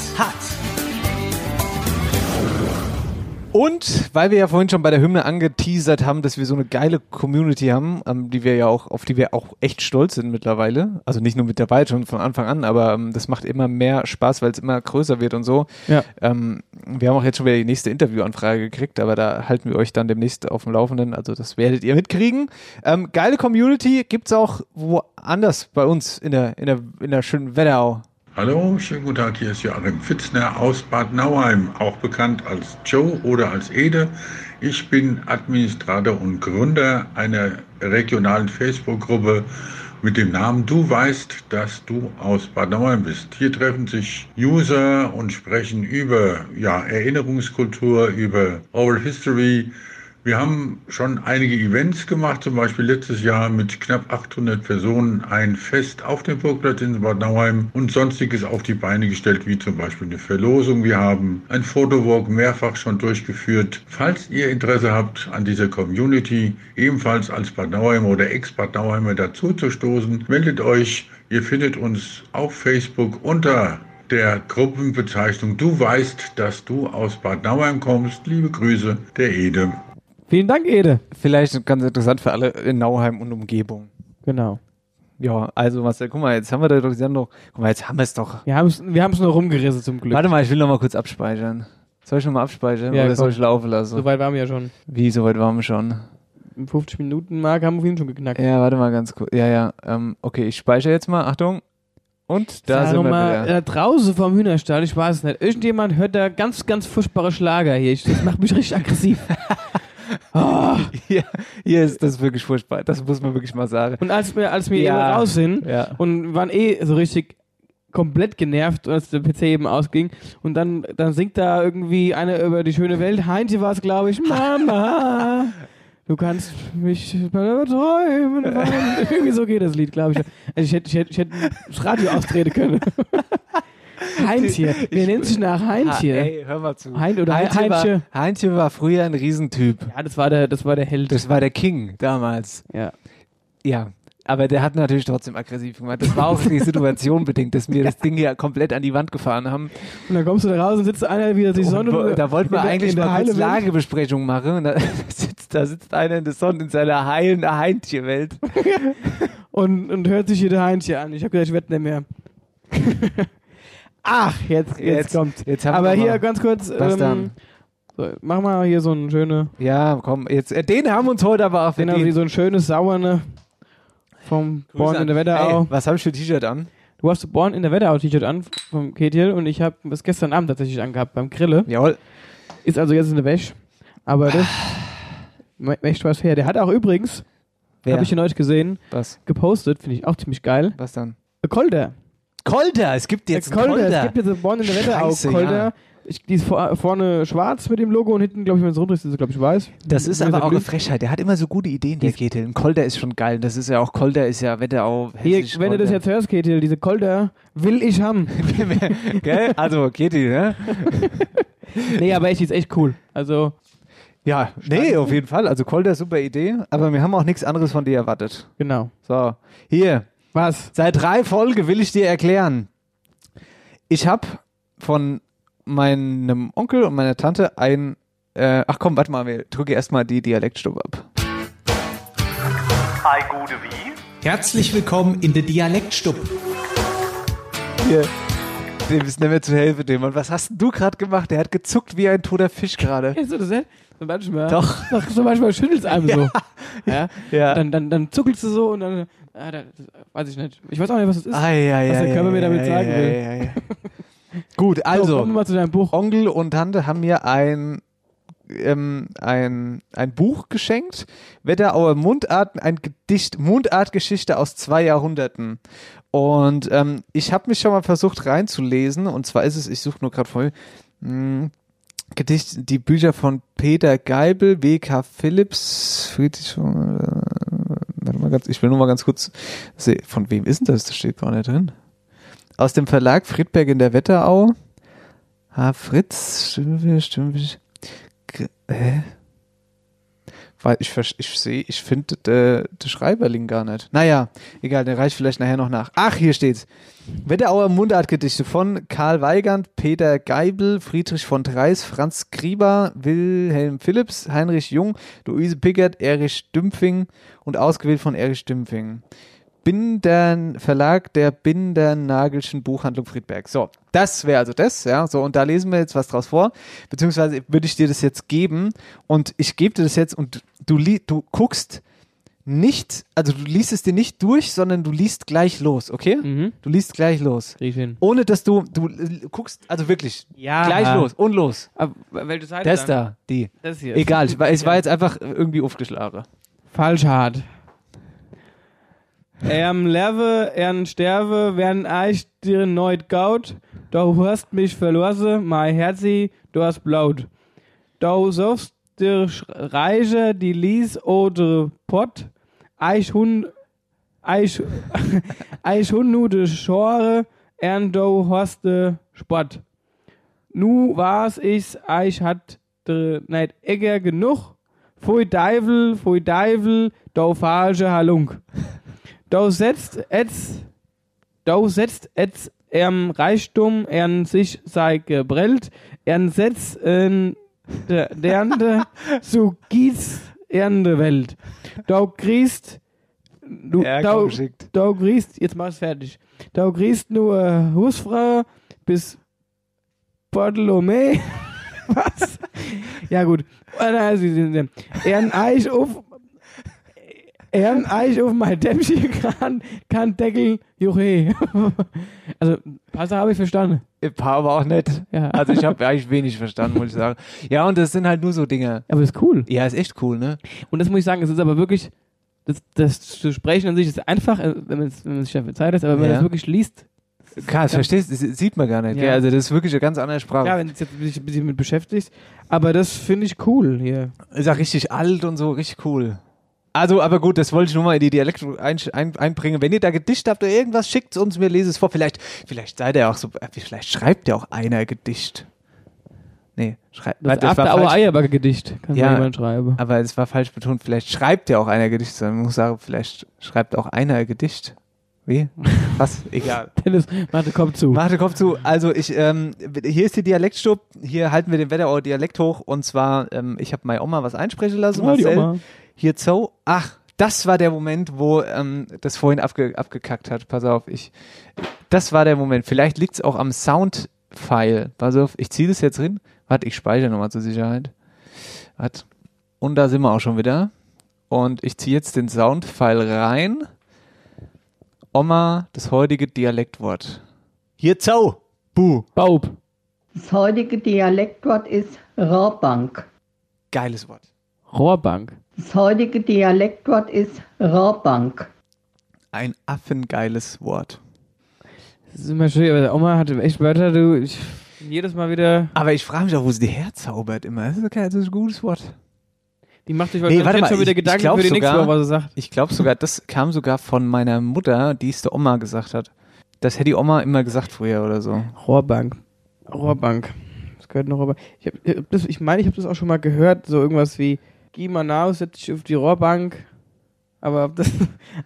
[SPEAKER 2] Und weil wir ja vorhin schon bei der Hymne angeteasert haben, dass wir so eine geile Community haben, auf die wir auch echt stolz sind mittlerweile. Also nicht nur mit dabei, schon von Anfang an, aber das macht immer mehr Spaß, weil es immer größer wird und so.
[SPEAKER 3] Ja.
[SPEAKER 2] Wir haben auch jetzt schon wieder die nächste Interviewanfrage gekriegt, aber da halten wir euch dann demnächst auf dem Laufenden. Also das werdet ihr mitkriegen. Geile Community gibt's auch woanders bei uns in der schönen Wetterau.
[SPEAKER 11] Hallo, schönen guten Tag, hier ist Joachim Pfitzner aus Bad Nauheim, auch bekannt als Joe oder als Ede. Ich bin Administrator und Gründer einer regionalen Facebook-Gruppe mit dem Namen Du weißt, dass du aus Bad Nauheim bist. Hier treffen sich User und sprechen über Erinnerungskultur, über Oral History. Wir haben schon einige Events gemacht, zum Beispiel letztes Jahr mit knapp 800 Personen ein Fest auf dem Burgplatz in Bad Nauheim und Sonstiges auf die Beine gestellt, wie zum Beispiel eine Verlosung. Wir haben ein Fotowalk mehrfach schon durchgeführt. Falls ihr Interesse habt, an dieser Community ebenfalls als Bad Nauheim oder Ex-Bad Nauheimer dazu zu stoßen, meldet euch. Ihr findet uns auf Facebook unter der Gruppenbezeichnung Du weißt, dass du aus Bad Nauheim kommst. Liebe Grüße, der Ede.
[SPEAKER 3] Vielen Dank, Ede.
[SPEAKER 2] Vielleicht ganz interessant für alle in Nauheim und Umgebung.
[SPEAKER 3] Genau.
[SPEAKER 2] Ja, also Marcel, guck mal, jetzt haben wir da doch die Sendung. Guck mal, jetzt haben wir es doch.
[SPEAKER 3] Wir haben es nur rumgerissen zum Glück.
[SPEAKER 2] Warte mal, ich will noch mal kurz abspeichern. Soll ich nochmal abspeichern
[SPEAKER 3] Ja,
[SPEAKER 2] oder
[SPEAKER 3] komm.
[SPEAKER 2] soll ich laufen lassen?
[SPEAKER 3] So weit waren wir ja schon.
[SPEAKER 2] Wie, so weit waren wir schon?
[SPEAKER 3] Im 50-Minuten-Mark haben wir ihn schon geknackt.
[SPEAKER 2] Ja, warte mal ganz kurz. Ja. Okay, ich speichere jetzt mal. Achtung. Und da sind wir
[SPEAKER 3] mal,
[SPEAKER 2] wieder.
[SPEAKER 3] draußen vom Hühnerstall, ich weiß es nicht. Irgendjemand hört da ganz, ganz furchtbare Schlager hier. Das macht mich richtig aggressiv. Oh.
[SPEAKER 2] Hier ist das wirklich furchtbar. Das muss man wirklich mal sagen.
[SPEAKER 3] Und als wir eben raus sind und waren so richtig komplett genervt, als der PC eben ausging. Und dann singt da irgendwie einer über die schöne Welt. Heintje war es, glaube ich. Mama, du kannst mich träumen. Irgendwie so geht das Lied, glaube ich. Also ich hätte das Radio austreten können. Heintje. Wer nennt sich nach Heintje?
[SPEAKER 2] Ey, hör mal zu.
[SPEAKER 3] Heintje.
[SPEAKER 2] Heintje war früher ein Riesentyp.
[SPEAKER 3] Ja, das war der Held.
[SPEAKER 2] Das war der King damals.
[SPEAKER 3] Ja.
[SPEAKER 2] Ja. Aber der hat natürlich trotzdem aggressiv gemacht. Das war auch die Situation bedingt, dass wir das Ding hier komplett an die Wand gefahren haben.
[SPEAKER 3] Und dann kommst du da raus und sitzt einer wieder die Sonne.
[SPEAKER 2] Da wollten wir eigentlich mal kurz Lagebesprechung machen. Und da sitzt einer in der Sonne in seiner heilen Heintje-Welt.
[SPEAKER 3] und hört sich hier der Heintje an. Ich habe gedacht, ich werde nicht mehr. Ach, jetzt kommt.
[SPEAKER 2] Jetzt haben
[SPEAKER 3] aber
[SPEAKER 2] wir
[SPEAKER 3] hier
[SPEAKER 2] mal.
[SPEAKER 3] ganz kurz.
[SPEAKER 2] Was dann?
[SPEAKER 3] So, mach mal hier so ein schöne.
[SPEAKER 2] Ja, komm, jetzt. Den haben wir uns heute aber auch
[SPEAKER 3] Genau,
[SPEAKER 2] verdient.
[SPEAKER 3] wie so ein schönes Sauerne vom Born in der Wetterau.
[SPEAKER 2] Hey, was habe ich für ein T-Shirt an?
[SPEAKER 3] Du hast Born in der Wetterau T-Shirt an vom Ketiel und ich habe das gestern Abend tatsächlich angehabt beim Grille.
[SPEAKER 2] Jawohl.
[SPEAKER 3] Ist also jetzt eine Wäsche. Aber das möchte was her. Der hat auch übrigens, habe ich ihn heute gesehen, gepostet, finde ich auch ziemlich geil.
[SPEAKER 2] Was dann?
[SPEAKER 3] Kolder.
[SPEAKER 2] Kolder, es gibt jetzt
[SPEAKER 3] Kolder. Es gibt jetzt eine Born in der Wetterau Kolder. Ja. Die ist vorne schwarz mit dem Logo und hinten, glaube ich, wenn es runter ist, ist es, glaube ich, weiß.
[SPEAKER 2] Das ist aber auch eine Frechheit. Der hat immer so gute Ideen, der Ketil. Ein Kolder ist schon geil. Das ist ja auch, Kolder ist ja Wetterau.
[SPEAKER 3] Hier, wenn du das jetzt hörst, Ketil, diese Kolder will ich haben.
[SPEAKER 2] Gell? Also, Ketil, ne?
[SPEAKER 3] Nee, aber echt, die ist echt cool. Also.
[SPEAKER 2] Ja, nee, auf jeden Fall. Also, Kolder, super Idee. Aber wir haben auch nichts anderes von dir erwartet.
[SPEAKER 3] Genau.
[SPEAKER 2] So, hier.
[SPEAKER 3] Was?
[SPEAKER 2] Seit 3 Folgen will ich dir erklären. Ich habe von meinem Onkel und meiner Tante ach komm, warte mal, wir drücken erstmal die Dialektstube ab.
[SPEAKER 12] Hi, gute wie?
[SPEAKER 4] Herzlich willkommen in der Dialektstube.
[SPEAKER 2] Hier, dem ist nicht mehr zu helfen, dem. Und was hast denn du gerade gemacht? Der hat gezuckt wie ein toter Fisch gerade.
[SPEAKER 3] Kennst du das nicht? So manchmal.
[SPEAKER 2] Doch.
[SPEAKER 3] So manchmal schüttelst du einem so.
[SPEAKER 2] Ja.
[SPEAKER 3] Dann zuckelst du so und dann, weiß ich nicht. Ich weiß auch nicht, was das ist.
[SPEAKER 2] Was
[SPEAKER 3] der Körper mir damit sagen will.
[SPEAKER 2] Gut, also,
[SPEAKER 3] so, kommen wir mal zu deinem Buch.
[SPEAKER 2] Onkel und Tante haben mir ein Buch geschenkt, Wetterauer Mundartgeschichte aus 2 Jahrhunderten. Und ich habe mich schon mal versucht reinzulesen, und zwar ist es, ich suche nur gerade vor mir, die Bücher von Peter Geibel, W.K. Philipps, Friedrich, warte mal ganz, ich will nur mal ganz kurz sehen, von wem ist denn das? Das steht gar nicht drin. Aus dem Verlag Friedberg in der Wetterau. Fritz, stimmt. Weil ich finde der Schreiberling gar nicht. Naja, egal, der reicht vielleicht nachher noch nach. Ach, hier steht's. Wetterauer Mundartgedichte von Karl Weigand, Peter Geibel, Friedrich von Dreis, Franz Grieber, Wilhelm Philipps, Heinrich Jung, Luise Pickert, Erich Dümpfing und ausgewählt von Erich Dümpfing. Verlag der Bindernagelschen Buchhandlung Friedberg. So, das wäre also das, ja. So, und da lesen wir jetzt was draus vor, beziehungsweise würde ich dir das jetzt geben und ich gebe dir das jetzt und du guckst nicht, also du liest es dir nicht durch, sondern du liest gleich los, okay? Mhm. Du liest gleich los. Ohne dass du guckst, also wirklich, gleich los und los.
[SPEAKER 3] Aber welche Seite
[SPEAKER 2] das
[SPEAKER 3] dann?
[SPEAKER 2] Da, die.
[SPEAKER 3] Das hier.
[SPEAKER 2] Egal, es war jetzt einfach irgendwie aufgeschlagen.
[SPEAKER 3] Falsch hart. Leve, sterbe, werden eich dir neut gaut, du hast mich verloren, mein Herzi, du hast blaut. Du sollst dir reiche, die lies oder Pott, eich hun nu de Schore, du hast de Spott. Nu war's ich's, eich hat de neid Egger genug, pfui Deivel, du falsche Halunk. Du setzt Reichtum, sich sei gebrellt, setzt dernde zu gieß ernde Welt. Du kriegst, jetzt mach ich's fertig. Du kriegst nur Husfrau bis Bartolomä Was? Ja, gut. Eich auf mein Dämmchen kann Deckel Juche. Also, Pasta habe ich verstanden.
[SPEAKER 2] Ein paar aber auch nicht.
[SPEAKER 3] Ja.
[SPEAKER 2] Also ich habe eigentlich wenig verstanden, muss ich sagen. Ja, und das sind halt nur so Dinge.
[SPEAKER 3] Aber das ist cool.
[SPEAKER 2] Ja, ist echt cool, ne?
[SPEAKER 3] Und das muss ich sagen, es ist aber wirklich, das zu sprechen an sich ist einfach, wenn man sich dafür Zeit ist, aber wenn man das wirklich liest.
[SPEAKER 2] Krass, verstehst du? Das sieht man gar nicht. Ja. Also das ist wirklich eine ganz andere Sprache.
[SPEAKER 3] Ja, wenn du dich jetzt ein bisschen mit beschäftigst. Aber das finde ich cool hier.
[SPEAKER 2] Ist auch richtig alt und so, richtig cool. Also, aber gut, das wollte ich nur mal in die Dialekte einbringen. Wenn ihr da Gedicht habt oder irgendwas, schickt es uns, wir lesen es vor. Vielleicht seid ihr auch so, vielleicht schreibt ja auch einer ein Gedicht. Nee,
[SPEAKER 3] das After-Hour-Eierbacke-Gedicht kann
[SPEAKER 2] ja,
[SPEAKER 3] jemand schreiben.
[SPEAKER 2] Aber es war falsch betont. Vielleicht schreibt ja auch einer ein Gedicht. Man muss sagen, vielleicht schreibt auch einer ein Gedicht. Wie? Was? Egal.
[SPEAKER 3] Dennis, Marte, Kopf zu.
[SPEAKER 2] Marte, Kopf zu. Also hier ist die Dialektstub. Hier halten wir den Wetterauer Dialekt hoch. Und zwar, ich habe meine Oma was einsprechen lassen.
[SPEAKER 3] Oh, die Oma.
[SPEAKER 2] Hier so. Ach, das war der Moment, wo das vorhin abgekackt hat. Pass auf, das war der Moment. Vielleicht liegt es auch am Sound-File. Pass auf, ich ziehe das jetzt hin. Warte, ich speichere nochmal zur Sicherheit. Warte. Und da sind wir auch schon wieder. Und ich ziehe jetzt den Sound-File rein. Oma, das heutige Dialektwort. Hier Zau. Bu.
[SPEAKER 3] Baub.
[SPEAKER 12] Das heutige Dialektwort ist Rohrbank.
[SPEAKER 2] Geiles Wort.
[SPEAKER 3] Rohrbank.
[SPEAKER 12] Das heutige Dialektwort ist Rohrbank.
[SPEAKER 2] Ein affengeiles Wort.
[SPEAKER 3] Das ist immer schön, aber der Oma hatte echt Wörter, jedes Mal wieder...
[SPEAKER 2] Aber ich frage mich auch, wo sie die herzaubert immer. Das ist ein gutes Wort.
[SPEAKER 3] Die macht sich wahrscheinlich schon wieder Gedanken für die nächste Woche, was sie sagt.
[SPEAKER 2] Ich glaube sogar, das kam sogar von meiner Mutter, die es der Oma gesagt hat. Das hätte die Oma immer gesagt früher oder so.
[SPEAKER 3] Rohrbank. Das gehört noch Rohrbank. Ich meine, ich habe das auch schon mal gehört, so irgendwas wie geh mal nach, setz dich auf die Rohrbank. Aber ob das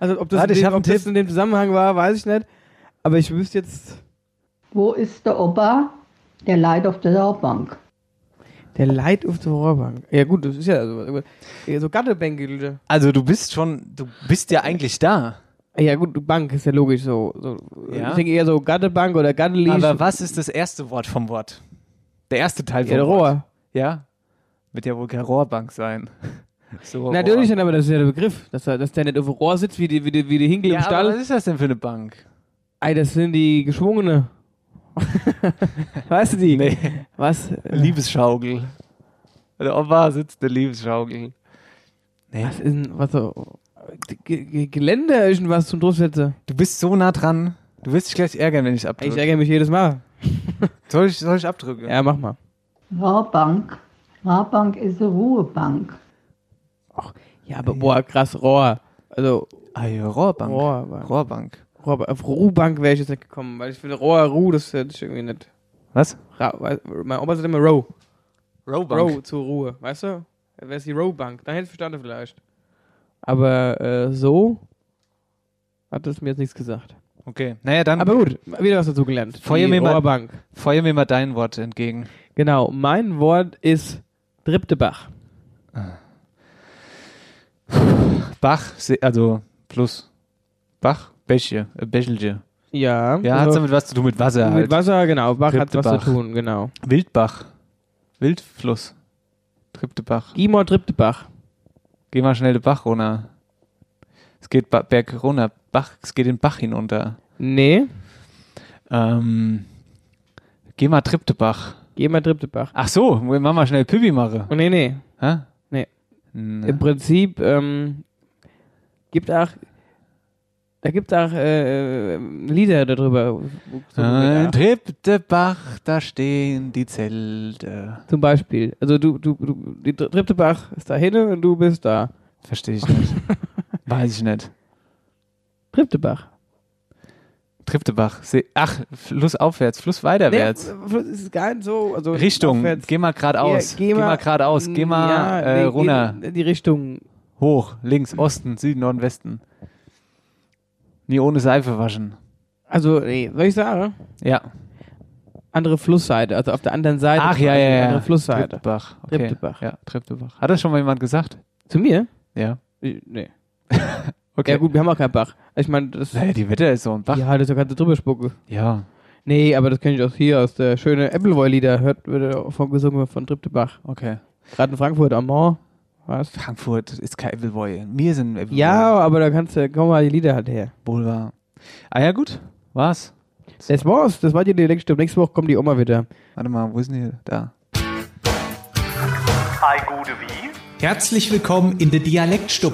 [SPEAKER 3] in dem Zusammenhang war, weiß ich nicht. Aber ich wüsste jetzt...
[SPEAKER 12] Wo ist der Opa? Der leidet auf der Rohrbank.
[SPEAKER 3] Der leidet auf der Rohrbank. Ja gut, das ist ja so Gattebänke.
[SPEAKER 2] Also du bist ja eigentlich da.
[SPEAKER 3] Ja gut, Bank ist ja logisch so.
[SPEAKER 2] Ja?
[SPEAKER 3] Ich denke eher so Gattebank oder Gattelisch.
[SPEAKER 2] Aber was ist das erste Wort vom Wort? Der erste Teil vom
[SPEAKER 3] der
[SPEAKER 2] Wort.
[SPEAKER 3] Rohr.
[SPEAKER 2] Ja? Wird ja wohl keine Rohrbank sein. So
[SPEAKER 3] natürlich, aber das ist ja der Begriff, dass der nicht auf dem Rohr sitzt, wie die Hinkel im Stall.
[SPEAKER 2] Aber was ist das denn für eine Bank?
[SPEAKER 3] Das sind die Geschwungene. Weißt du die?
[SPEAKER 2] Nee.
[SPEAKER 3] Was?
[SPEAKER 2] Liebesschaukel. Der Opa sitzt eine Liebesschaukel. Nee.
[SPEAKER 3] Was so? Gelände irgendwas zum Draufsetzen.
[SPEAKER 2] Du bist so nah dran. Du wirst dich gleich ärgern, wenn ich abdrücke.
[SPEAKER 3] Ich ärgere mich jedes Mal.
[SPEAKER 2] Soll ich abdrücken?
[SPEAKER 3] Ja, mach mal.
[SPEAKER 12] Rohrbank. Rohrbank ist eine Ruhebank.
[SPEAKER 3] Ach, ja, aber boah, krass, Rohr. Also.
[SPEAKER 2] Ja, Rohrbank.
[SPEAKER 3] Auf Ruhbank wäre ich jetzt nicht gekommen, weil ich finde Ruh, das ist irgendwie nicht.
[SPEAKER 2] Was?
[SPEAKER 3] Mein Opa sagt immer Row.
[SPEAKER 2] Rowbank.
[SPEAKER 3] Row zur Ruhe, weißt du? Wäre es die Rowbank, dann hätte ich verstanden vielleicht. Aber so hat es mir jetzt nichts gesagt.
[SPEAKER 2] Okay, naja, dann...
[SPEAKER 3] Aber gut, wieder was dazu gelernt.
[SPEAKER 2] Feuer mir mal dein Wort entgegen.
[SPEAKER 3] Genau, mein Wort ist Driptebach.
[SPEAKER 2] Bach, also Fluss. Bach? Bächelche.
[SPEAKER 3] Ja.
[SPEAKER 2] Ja, hat damit was zu tun mit Wasser halt.
[SPEAKER 3] Mit Wasser, genau. Bach
[SPEAKER 2] Triptebach.
[SPEAKER 3] hat was zu tun, genau.
[SPEAKER 2] Wildbach. Wildfluss. Triptebach.
[SPEAKER 3] Geh mal Triptebach.
[SPEAKER 2] Geh mal schnell den Bach runter. Es geht Berg runter. Es geht den Bach hinunter.
[SPEAKER 3] Nee.
[SPEAKER 2] Geh mal Triptebach.
[SPEAKER 3] Geh mal Triptebach.
[SPEAKER 2] Ach so, wir machen mal schnell Püppi machen.
[SPEAKER 3] Nee.
[SPEAKER 2] Hä?
[SPEAKER 3] Nee.
[SPEAKER 2] Na.
[SPEAKER 3] Im Prinzip gibt auch Lieder darüber.
[SPEAKER 2] Triptebach, da stehen die Zelte.
[SPEAKER 3] Zum Beispiel. Also die Triptebach ist da hinten und du bist da.
[SPEAKER 2] Verstehe ich nicht. Weiß ich nicht.
[SPEAKER 3] Triptebach.
[SPEAKER 2] Fluss aufwärts, Fluss weiterwärts.
[SPEAKER 3] Nee, Fluss ist gar nicht so. Also
[SPEAKER 2] Richtung,
[SPEAKER 3] aufwärts.
[SPEAKER 2] Geh mal geradeaus. Geh mal geradeaus. Geh mal runter.
[SPEAKER 3] Die Richtung.
[SPEAKER 2] Hoch, links, Osten, Süden, Norden, Westen. Nie ohne Seife waschen.
[SPEAKER 3] Also, nee, soll ich sagen?
[SPEAKER 2] Ja.
[SPEAKER 3] Andere Flussseite, also auf der anderen Seite.
[SPEAKER 2] Ach, ja.
[SPEAKER 3] Andere Flussseite.
[SPEAKER 2] Triptebach. Okay.
[SPEAKER 3] Triptebach.
[SPEAKER 2] Ja, Triptebach. Hat das schon mal jemand gesagt?
[SPEAKER 3] Zu mir?
[SPEAKER 2] Ja.
[SPEAKER 3] Nee.
[SPEAKER 2] Okay.
[SPEAKER 3] Ja gut, wir haben auch keinen Bach. Ich meine, das...
[SPEAKER 2] Naja, die Wetter ist so ein Bach.
[SPEAKER 3] Ja, das kannst du drüber spucken.
[SPEAKER 2] Ja.
[SPEAKER 3] Nee, aber das kenne ich aus hier, aus der schönen Appleboy-Lieder, wird von gesungen von Triptebach.
[SPEAKER 2] Okay.
[SPEAKER 3] Gerade in Frankfurt am Mall. Was?
[SPEAKER 2] Frankfurt ist kein Appleboy. Wir sind Appleboy.
[SPEAKER 3] Ja, aber da kommen mal die Lieder halt her.
[SPEAKER 2] Wohl wahr. Ah ja, gut. War's.
[SPEAKER 3] Das war's. Das war die Dialektstub. Nächste Woche kommt die Oma wieder.
[SPEAKER 2] Warte mal, wo ist denn die? Da.
[SPEAKER 13] Hi, gute wie?
[SPEAKER 4] Herzlich willkommen in der Dialektstub.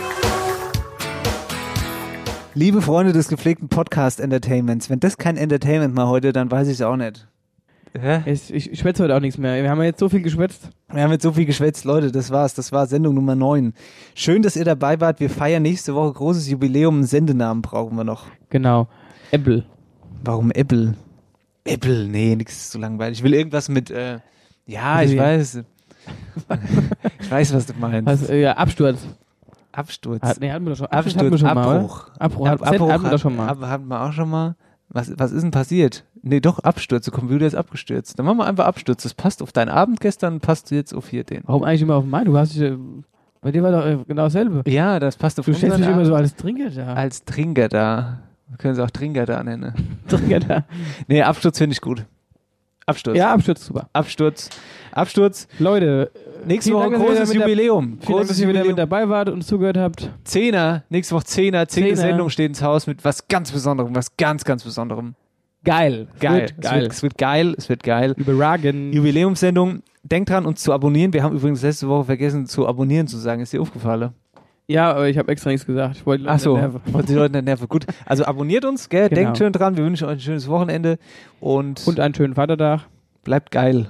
[SPEAKER 2] Liebe Freunde des gepflegten Podcast-Entertainments, wenn das kein Entertainment mal heute, dann weiß ich es auch nicht. Hä?
[SPEAKER 3] Ich schwätze heute auch nichts mehr. Wir haben ja jetzt so viel geschwätzt.
[SPEAKER 2] Leute, das war's. Das war Sendung Nummer 9. Schön, dass ihr dabei wart. Wir feiern nächste Woche großes Jubiläum. Einen Sendenamen brauchen wir noch.
[SPEAKER 3] Genau. Apple.
[SPEAKER 2] Warum Apple? Apple? Nee, nix zu langweilig. Ich will irgendwas mit, ja, ich weiß. Ich weiß, was du meinst.
[SPEAKER 3] Ja, Absturz.
[SPEAKER 2] Absturz.
[SPEAKER 3] Hatten wir schon.
[SPEAKER 2] Absturz,
[SPEAKER 3] hatten wir schon
[SPEAKER 2] Abbruch.
[SPEAKER 3] Mal, Abbruch hatten wir doch schon mal.
[SPEAKER 2] Hatten wir auch schon mal. Was ist denn passiert? Nee, doch, Absturz. Der Computer ist abgestürzt. Dann machen wir einfach Absturz. Das passt auf deinen Abend gestern, passt jetzt auf hier den.
[SPEAKER 3] Warum eigentlich immer auf meinen? Du hast dich, bei dir war doch genau dasselbe.
[SPEAKER 2] Ja, das passt auf
[SPEAKER 3] Du stellst dich immer so als Trinker da.
[SPEAKER 2] Als Trinker da. Wir können es auch Trinker da nennen.
[SPEAKER 3] Trinker da.
[SPEAKER 2] Nee, Absturz finde ich gut. Absturz.
[SPEAKER 3] Ja, Absturz, super.
[SPEAKER 2] Absturz.
[SPEAKER 3] Leute,
[SPEAKER 2] nächste Woche großes Jubiläum.
[SPEAKER 3] Vielen Dank, dass ihr wieder mit dabei wart und zugehört habt.
[SPEAKER 2] Nächste Woche 10. Sendung steht ins Haus mit was ganz Besonderem, was ganz, ganz Besonderem.
[SPEAKER 3] Geil.
[SPEAKER 2] Es wird geil.
[SPEAKER 3] Überragend.
[SPEAKER 2] Jubiläumssendung. Denkt dran, uns zu abonnieren. Wir haben übrigens letzte Woche vergessen, zu abonnieren zu sagen. Ist dir aufgefallen?
[SPEAKER 3] Ja, aber ich habe extra nichts gesagt. Ich wollte
[SPEAKER 2] die Leute nicht nerven. Gut, also abonniert uns, gell? Genau. Denkt schön dran. Wir wünschen euch ein schönes Wochenende. Und
[SPEAKER 3] einen schönen Vatertag.
[SPEAKER 2] Bleibt geil.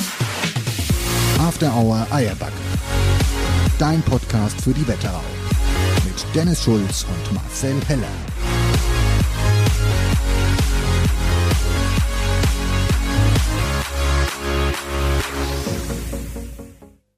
[SPEAKER 1] After Hour Eierbacke. Dein Podcast für die Wetterau. Mit Dennis Schulz und Marcel Heller.